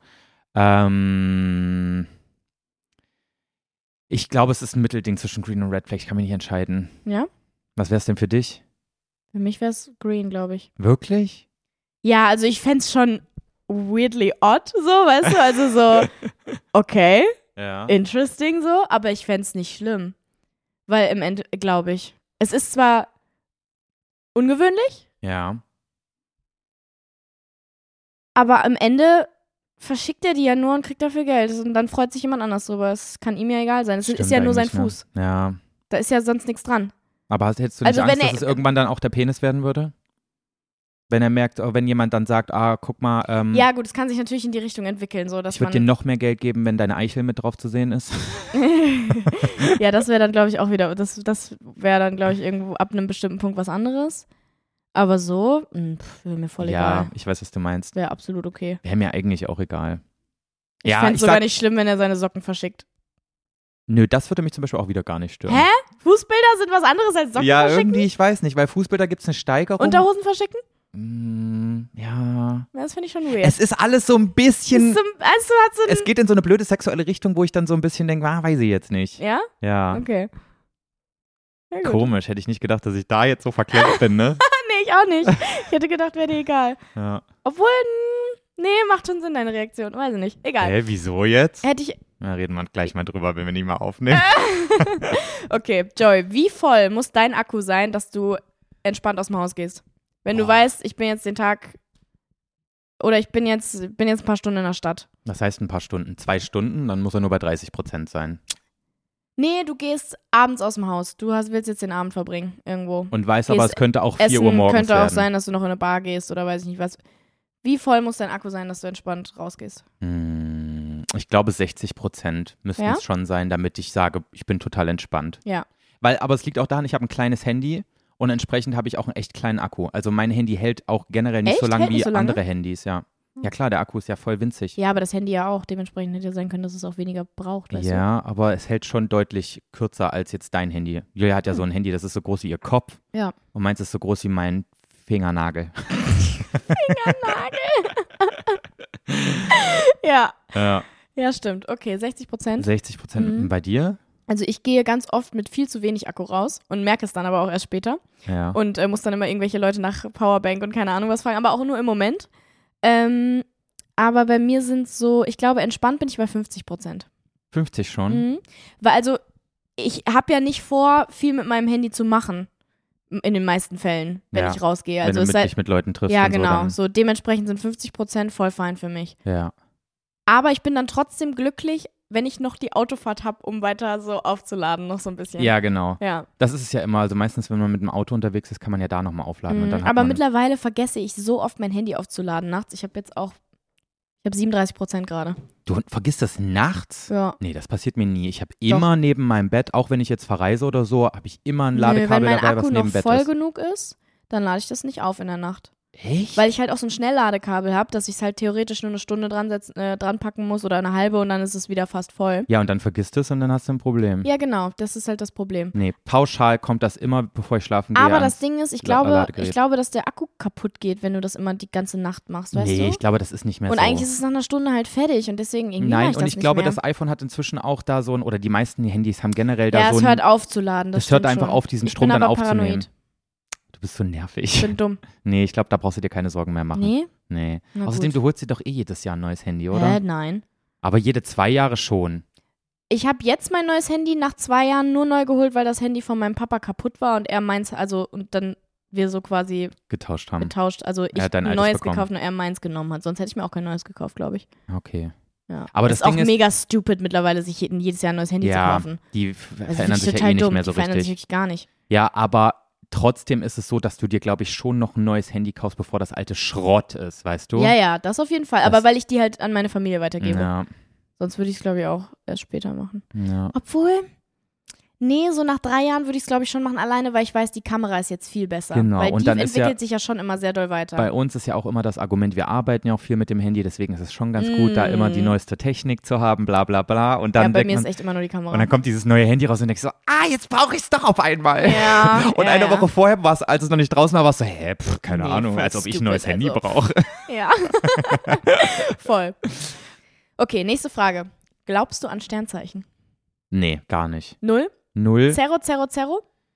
Ähm, ich glaube, es ist ein Mittelding zwischen Green und Red Flag. Ich kann mich nicht entscheiden. Ja? Was wäre es denn für dich? Für mich wäre es green, glaube ich. Wirklich? Ja, also ich fände es schon weirdly odd, so, weißt du? Also so, okay, Ja. interesting so, aber ich fände es nicht schlimm. Weil im Ende, glaube ich, es ist zwar ungewöhnlich, Ja. aber am Ende verschickt er die ja nur und kriegt dafür Geld. Und dann freut sich jemand anders drüber. Es kann ihm ja egal sein. Es ist Stimmt ja nur sein eigentlich, ne? Fuß. Ja. Da ist ja sonst nichts dran. Aber hast- hättest du nicht Also Angst, wenn er- dass es irgendwann dann auch der Penis werden würde? Wenn er merkt, oh, wenn jemand dann sagt, ah, guck mal, ähm, Ja, gut, es kann sich natürlich in die Richtung entwickeln, so dass ich würde dir man. noch mehr Geld geben, wenn deine Eichel mit drauf zu sehen ist. Ja, das wäre dann, glaube ich, auch wieder. Das, das wäre dann, glaube ich, irgendwo ab einem bestimmten Punkt was anderes. Aber so, mh, pff, wäre mir voll Ja, egal. ich weiß, was du meinst. Wäre absolut okay. Wäre mir eigentlich auch egal. Ich ja, fände ich es sogar sag, nicht schlimm, wenn er seine Socken verschickt. nö, das würde mich zum Beispiel auch wieder gar nicht stören. Hä? Fußbilder sind was anderes als Socken ja, verschicken? irgendwie, ich weiß nicht, weil Fußbilder gibt es eine Steigerung. Unterhosen verschicken? Mm, ja. Ja, das finde ich schon weird. Es ist alles so ein bisschen. ist so, also hat so ein, Es geht in so eine blöde sexuelle Richtung, wo ich dann so ein bisschen denke, ah, weiß ich jetzt nicht. Ja? Ja. Okay. Ja, gut. Komisch, hätte ich nicht gedacht, dass ich da jetzt so verklemmt bin, ne? Nee, ich auch nicht. Ich hätte gedacht, wäre dir egal. Ja. Obwohl, mh, nee, macht schon Sinn, deine Reaktion. Weiß ich nicht. Egal. Hä, wieso jetzt? Hätte ich. Na, reden wir gleich mal drüber, wenn wir nicht mal aufnehmen. Okay, Joy, wie voll muss dein Akku sein, dass du entspannt aus dem Haus gehst? Wenn du Boah. weißt, ich bin jetzt den Tag oder ich bin jetzt, bin jetzt ein paar Stunden in der Stadt. Das heißt ein paar Stunden. Zwei Stunden, dann muss er nur bei dreißig Prozent sein. Nee, du gehst abends aus dem Haus. Du hast, willst jetzt den Abend verbringen irgendwo. Und weiß aber, Gehst es könnte auch vier Essen Uhr morgens könnte werden. auch sein, dass du noch in eine Bar gehst oder weiß ich nicht was. Wie voll muss dein Akku sein, dass du entspannt rausgehst? Hm, ich glaube, sechzig Prozent müssten Ja? es schon sein, damit ich sage, ich bin total entspannt. Ja. Weil, aber es liegt auch daran, ich habe ein kleines Handy und entsprechend habe ich auch einen echt kleinen Akku. Also mein Handy hält auch generell nicht Echt? so lange Hält wie nicht so lange? andere Handys, ja. Ja klar, der Akku ist ja voll winzig. Ja, aber das Handy ja auch. Dementsprechend hätte ja sein können, dass es auch weniger braucht, weißt Ja, aber es hält schon deutlich kürzer als jetzt dein Handy. Julia hat ja so ein Handy, das ist so groß wie ihr Kopf. du? Ja. Und meins ist so groß wie mein Fingernagel. Ja. Ja. Ja, stimmt. Okay, sechzig Prozent. sechzig Prozent Mhm. bei dir? Also ich gehe ganz oft mit viel zu wenig Akku raus und merke es dann aber auch erst später. Ja. Und äh, muss dann immer irgendwelche Leute nach Powerbank und keine Ahnung was fragen, aber auch nur im Moment. Ähm, aber bei mir sind so, ich glaube, entspannt bin ich bei fünfzig Prozent. fünfzig schon? Mhm. Weil also, ich habe ja nicht vor, viel mit meinem Handy zu machen. m- In den meisten Fällen, wenn Ja. ich rausgehe. Wenn Also du es mit, sei, dich mit Leuten triffst ja, und genau. so, dann, So dementsprechend sind fünfzig Prozent voll fein für mich. ja. Aber ich bin dann trotzdem glücklich, wenn ich noch die Autofahrt habe, um weiter so aufzuladen, noch so ein bisschen. Ja, genau. Ja. Das ist es ja immer. Also meistens, wenn man mit dem Auto unterwegs ist, kann man ja da nochmal aufladen. Und Mhm, dann hat aber man, mittlerweile vergesse ich so oft, mein Handy aufzuladen nachts. Ich habe jetzt auch, ich habe siebenunddreißig Prozent gerade. Du vergisst das nachts? Ja. Nee, das passiert mir nie. Ich habe immer neben meinem Bett, auch wenn ich jetzt verreise oder so, habe ich immer ein Nö, Ladekabel wenn mein dabei, Akku was noch neben Bett voll ist. genug ist, dann lade ich das nicht auf in der Nacht. Echt? Weil ich halt auch so ein Schnellladekabel habe, dass ich es halt theoretisch nur eine Stunde dran, setzen, äh, dran packen muss oder eine halbe und dann ist es wieder fast voll. Ja, und dann vergisst du es und dann hast du ein Problem. Ja, genau, das ist halt das Problem. Nee, pauschal kommt das immer, bevor ich schlafen gehe. Aber ans das Ding ist, ich La- glaube, Ladegerät. ich glaube, dass der Akku kaputt geht, wenn du das immer die ganze Nacht machst, weißt Nee, du? ich glaube, das ist nicht mehr Und so. eigentlich ist es nach einer Stunde halt fertig und deswegen irgendwie mache Nein, ich und das ich nicht glaube, mehr. das iPhone hat inzwischen auch da so ein, oder die meisten Handys haben generell da ja, so es ein, hört auf zu laden. Das es hört stimmt einfach schon. auf, diesen ich Strom bin dann aber aufzunehmen. Paranoid. Du bist so nervig. Ich bin dumm. Nee, ich glaube, da brauchst du dir keine Sorgen mehr machen. Nee? Nee. Na Außerdem, gut. du holst dir doch eh jedes Jahr ein neues Handy, oder? Hä, nein. Aber jede zwei Jahre schon. Ich habe jetzt mein neues Handy nach zwei Jahren nur neu geholt, weil das Handy von meinem Papa kaputt war und er meins, also und dann wir so quasi Getauscht haben. getauscht. Also ich Er hat dein ein altes neues bekommen. gekauft und er meins genommen hat. Sonst hätte ich mir auch kein neues gekauft, glaube ich. Okay. Ja. Aber das das ist Ding auch ist- mega stupid mittlerweile, sich jeden- jedes Jahr ein neues Handy zu Ja, kaufen. die f- Also verändern wirklich sich ja total eh nicht dumm. mehr so Die verändern sich richtig. wirklich gar nicht. Ja, aber trotzdem ist es so, dass du dir, glaube ich, schon noch ein neues Handy kaufst, bevor das alte Schrott ist, weißt du? Ja, ja, das auf jeden Fall. Aber Das- weil ich die halt an meine Familie weitergebe. Ja, Sonst würde ich es, glaube ich, auch erst später machen. ja. Obwohl, Nee, so nach drei Jahren würde ich es, glaube ich, schon machen alleine, weil ich weiß, die Kamera ist jetzt viel besser. Genau, Weil und die dann ist entwickelt ja- sich ja schon immer sehr doll weiter. Bei uns ist ja auch immer das Argument, wir arbeiten ja auch viel mit dem Handy, deswegen ist es schon ganz gut, da immer die neueste Technik zu haben, bla bla bla. Und dann ja, bei denkt mir man, ist echt immer nur die Kamera. und dann kommt dieses neue Handy raus und denkst so, ah, jetzt brauche ich es doch auf einmal. Ja, und ja, eine ja. Woche vorher war es, als es noch nicht draußen war, war es so, hä, pff, keine Nee, Ahnung, voll als ob ich ein stupid, neues Handy also. brauche. Ja, voll. Okay, nächste Frage. Glaubst du an Sternzeichen? Nee, gar nicht. Null? Null. Zero, Zero, Zero?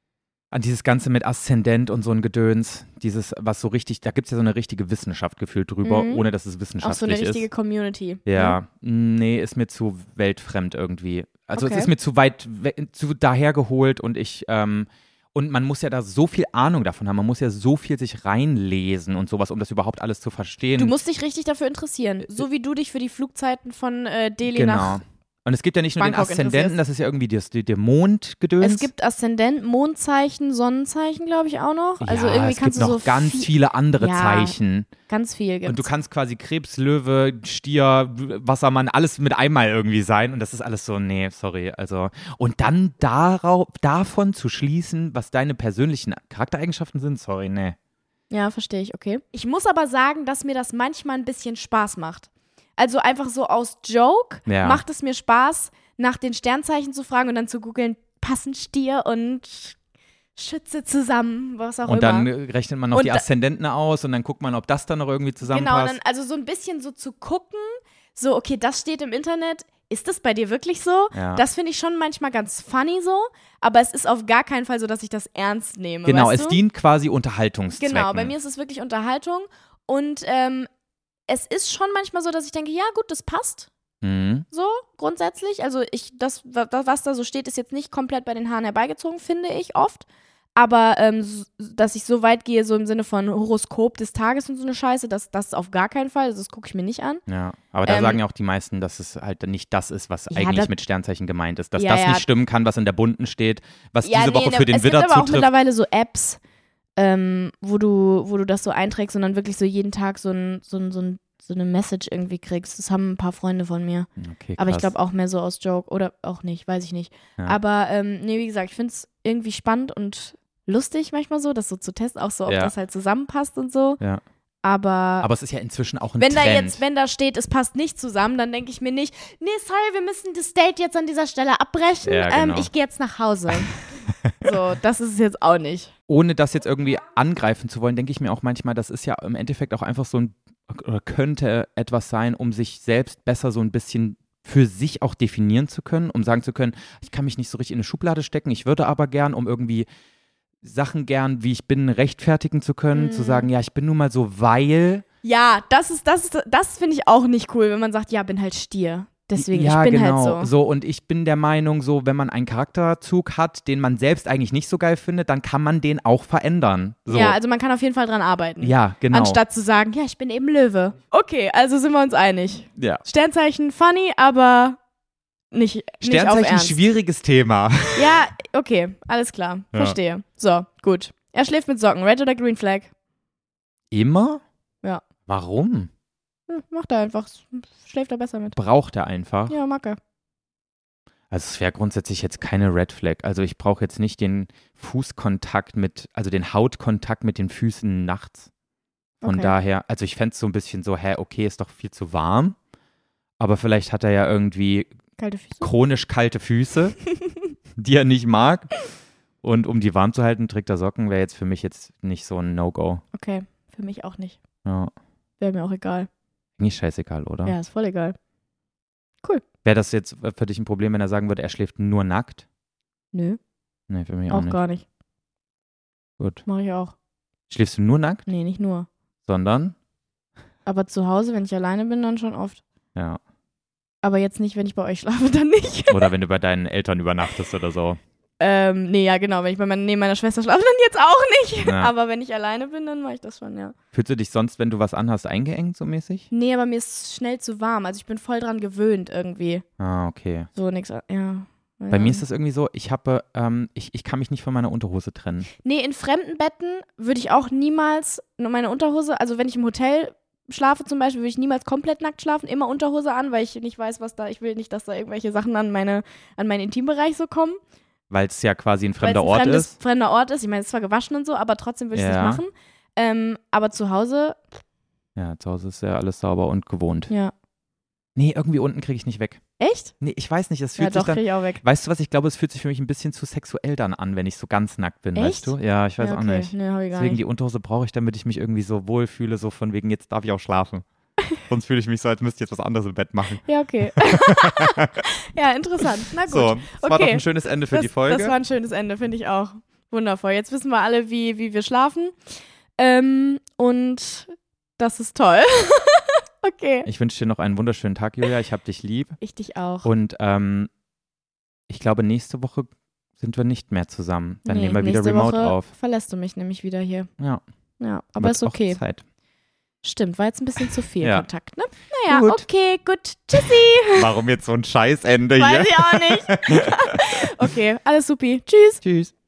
An dieses Ganze mit Aszendent und so ein Gedöns, dieses, was so richtig, da gibt es ja so eine richtige Wissenschaft gefühlt drüber, Mhm. ohne dass es Auch wissenschaftlich so eine richtige ist. Community. Ja, nee, ist mir zu weltfremd irgendwie. Also Okay. es ist mir zu weit, we- zu dahergeholt und ich, ähm, und man muss ja da so viel Ahnung davon haben, man muss ja so viel sich reinlesen und sowas, um das überhaupt alles zu verstehen. Du musst dich richtig dafür interessieren. So wie du dich für die Flugzeiten von äh, Delhi genau. nach. Und es gibt ja nicht nur den Bangkok Aszendenten, interessierst. das ist ja irgendwie das, der, der Mondgedöns. Es gibt Aszendent, Mondzeichen, Sonnenzeichen, glaube ich auch noch. Also ja, irgendwie es kannst gibt du noch so ganz viel, viele andere Ja, Zeichen. ganz viel gibt's. Und du kannst quasi Krebs, Löwe, Stier, Wassermann, alles mit einmal irgendwie sein. Und das ist alles so, nee, sorry. Also, und dann darauf, davon zu schließen, was deine persönlichen Charaktereigenschaften sind, sorry, nee. Ja, verstehe ich, okay. Ich muss aber sagen, dass mir das manchmal ein bisschen Spaß macht. Also einfach so aus Joke Ja. macht es mir Spaß, nach den Sternzeichen zu fragen und dann zu googeln, passen Stier und Schütze zusammen, was auch Und immer. dann rechnet man noch Und die da- Aszendenten aus und dann guckt man, ob das dann noch irgendwie Genau, zusammenpasst. dann also so ein bisschen so zu gucken, so, okay, das steht im Internet, ist das bei dir wirklich so? Ja. Das finde ich schon manchmal ganz funny so, aber es ist auf gar keinen Fall so, dass ich das ernst nehme. Genau, weißt es du? dient quasi Unterhaltungszwecken. Genau, bei mir ist es wirklich Unterhaltung und ähm, es ist schon manchmal so, dass ich denke, ja gut, das passt Mhm. so grundsätzlich. Also ich, das, wa- was da so steht, ist jetzt nicht komplett bei den Haaren herbeigezogen, finde ich oft. Aber ähm, s- dass ich so weit gehe, so im Sinne von Horoskop des Tages und so eine Scheiße, das, das auf gar keinen Fall. Also das gucke ich mir nicht an. Ja, aber da Ähm, sagen ja auch die meisten, dass es halt nicht das ist, was Ja, eigentlich das- mit Sternzeichen gemeint ist. Dass Ja, das ja. nicht stimmen kann, was in der Bunten steht, was Ja, diese Woche nee, für den es Widder gibt aber auch zutrifft. mittlerweile so Apps, ähm, wo du, wo du das so einträgst und dann wirklich so jeden Tag so, ein, so, ein, so, ein, so eine Message irgendwie kriegst. Das haben ein paar Freunde von mir. Okay, Aber ich krass. glaube auch mehr so aus Joke oder auch nicht, weiß ich nicht. Ja. Aber ähm, nee, wie gesagt, ich finde es irgendwie spannend und lustig manchmal so, das so zu testen, auch so, ob Ja. das halt zusammenpasst und so. Ja. Aber, Aber es ist ja inzwischen auch ein wenn da Trend. jetzt, wenn da steht, es passt nicht zusammen, dann denke ich mir nicht, nee, sorry, wir müssen das Date jetzt an dieser Stelle abbrechen. Ja, ähm, genau. ich gehe jetzt nach Hause. So, das ist es jetzt auch nicht. Ohne das jetzt irgendwie angreifen zu wollen, denke ich mir auch manchmal, das ist ja im Endeffekt auch einfach so ein, oder könnte etwas sein, um sich selbst besser so ein bisschen für sich auch definieren zu können, um sagen zu können, ich kann mich nicht so richtig in eine Schublade stecken, ich würde aber gern, um irgendwie Sachen gern, wie ich bin, rechtfertigen zu können, Mhm. zu sagen, ja, ich bin nun mal so, weil. Ja, das ist, das ist, das finde ich auch nicht cool, wenn man sagt, ja, bin halt Stier. Deswegen, ja, ich bin genau. halt so. So, und ich bin der Meinung, so, wenn man einen Charakterzug hat, den man selbst eigentlich nicht so geil findet, dann kann man den auch verändern. So. Ja, also man kann auf jeden Fall dran arbeiten. ja, genau. Anstatt zu sagen, ja, ich bin eben Löwe. Okay, also sind wir uns einig. ja. Sternzeichen funny, aber nicht, nicht auf Sternzeichen, Ernst. schwieriges Thema. Ja, okay, alles klar. Ja. Verstehe. So, gut. Er schläft mit Socken. Red oder Green Flag? Immer? Ja. Warum? Ja, macht er einfach. Schläft er besser mit. Braucht er einfach. Ja, mag er. Also es wäre grundsätzlich jetzt keine Red Flag. Also ich brauche jetzt nicht den Fußkontakt mit, also den Hautkontakt mit den Füßen nachts. Von Okay. daher, also ich fände es so ein bisschen so, hä, okay, ist doch viel zu warm. Aber vielleicht hat er ja irgendwie Kalte Füße? chronisch kalte Füße, die er nicht mag. Und um die warm zu halten, trägt er Socken, wäre jetzt für mich jetzt nicht so ein No-Go. Okay, für mich auch nicht. Ja, Wäre mir auch egal. eigentlich scheißegal, oder? Ja, ist voll egal. Wäre das jetzt für dich ein Problem, wenn er sagen würde, er schläft nur nackt? Nö, Nee, für mich auch, auch nicht. gar nicht. Gut. Mache ich auch. Schläfst du nur nackt? Nee, nicht nur. Sondern? Aber zu Hause, wenn ich alleine bin, dann schon oft. Ja. Aber jetzt nicht, wenn ich bei euch schlafe, dann nicht. Oder wenn du bei deinen Eltern übernachtest oder so. ähm, nee, ja, genau. Wenn ich bei meiner, neben meiner Schwester schlafe, dann jetzt auch nicht. Ja. Aber wenn ich alleine bin, dann mache ich das schon, ja. Fühlst du dich sonst, wenn du was anhast, eingeengt so mäßig? Nee, aber mir ist schnell zu warm. Also ich bin voll dran gewöhnt irgendwie. Ah, okay. So nix, ja. Bei ja. mir ist das irgendwie so, ich habe, ähm, ich, ich kann mich nicht von meiner Unterhose trennen. Nee, in fremden Betten würde ich auch niemals nur meine Unterhose, also wenn ich im Hotel schlafe zum Beispiel, würde ich niemals komplett nackt schlafen, immer Unterhose an, weil ich nicht weiß, was da, ich will nicht, dass da irgendwelche Sachen an meine, an meinen Intimbereich so kommen. weil es ja quasi ein Weil fremder es ein Ort fremdes, ist. fremder Ort ist. Ich meine, es ist zwar gewaschen und so, aber trotzdem würde ich es Ja. nicht machen. Ähm, aber zu Hause, Ja, zu Hause ist ja alles sauber und gewohnt. ja. Nee, irgendwie unten kriege ich nicht weg. Echt? Nee, ich weiß nicht, es Ja, fühlt doch, sich dann, kriege ich auch weg. weißt du was, ich glaube, es fühlt sich für mich ein bisschen zu sexuell dann an, wenn ich so ganz nackt bin, Echt? weißt du? Ja, ich weiß ja, auch okay. nicht. Nee, hab ich gar Deswegen nicht. die Unterhose brauche ich, damit ich mich irgendwie so wohlfühle, so von wegen, jetzt darf ich auch schlafen. Sonst fühle ich mich so, als müsste ich jetzt was anderes im Bett machen. Ja, okay. Ja, interessant. Na gut. So, das war doch Okay. ein schönes Ende für das, die Folge. Das war ein schönes Ende, finde ich auch. Wundervoll. Jetzt wissen wir alle, wie, wie wir schlafen. Ähm, und das ist toll. Okay. Ich wünsche dir noch einen wunderschönen Tag, Julia. Ich hab dich lieb. Ich dich auch. Und ähm, ich glaube, nächste Woche sind wir nicht mehr zusammen. Dann Nee, nehmen wir wieder nächste Remote Woche auf. verlässt du mich nämlich wieder hier. Ja, Ja, aber wird ist auch okay. Zeit. Stimmt, war jetzt ein bisschen zu viel Ja. Kontakt, ne? Naja, Gut. okay, gut. Tschüssi. Warum jetzt so ein Scheißende hier? Weiß ich auch nicht. Okay, alles supi. Tschüss. Tschüss.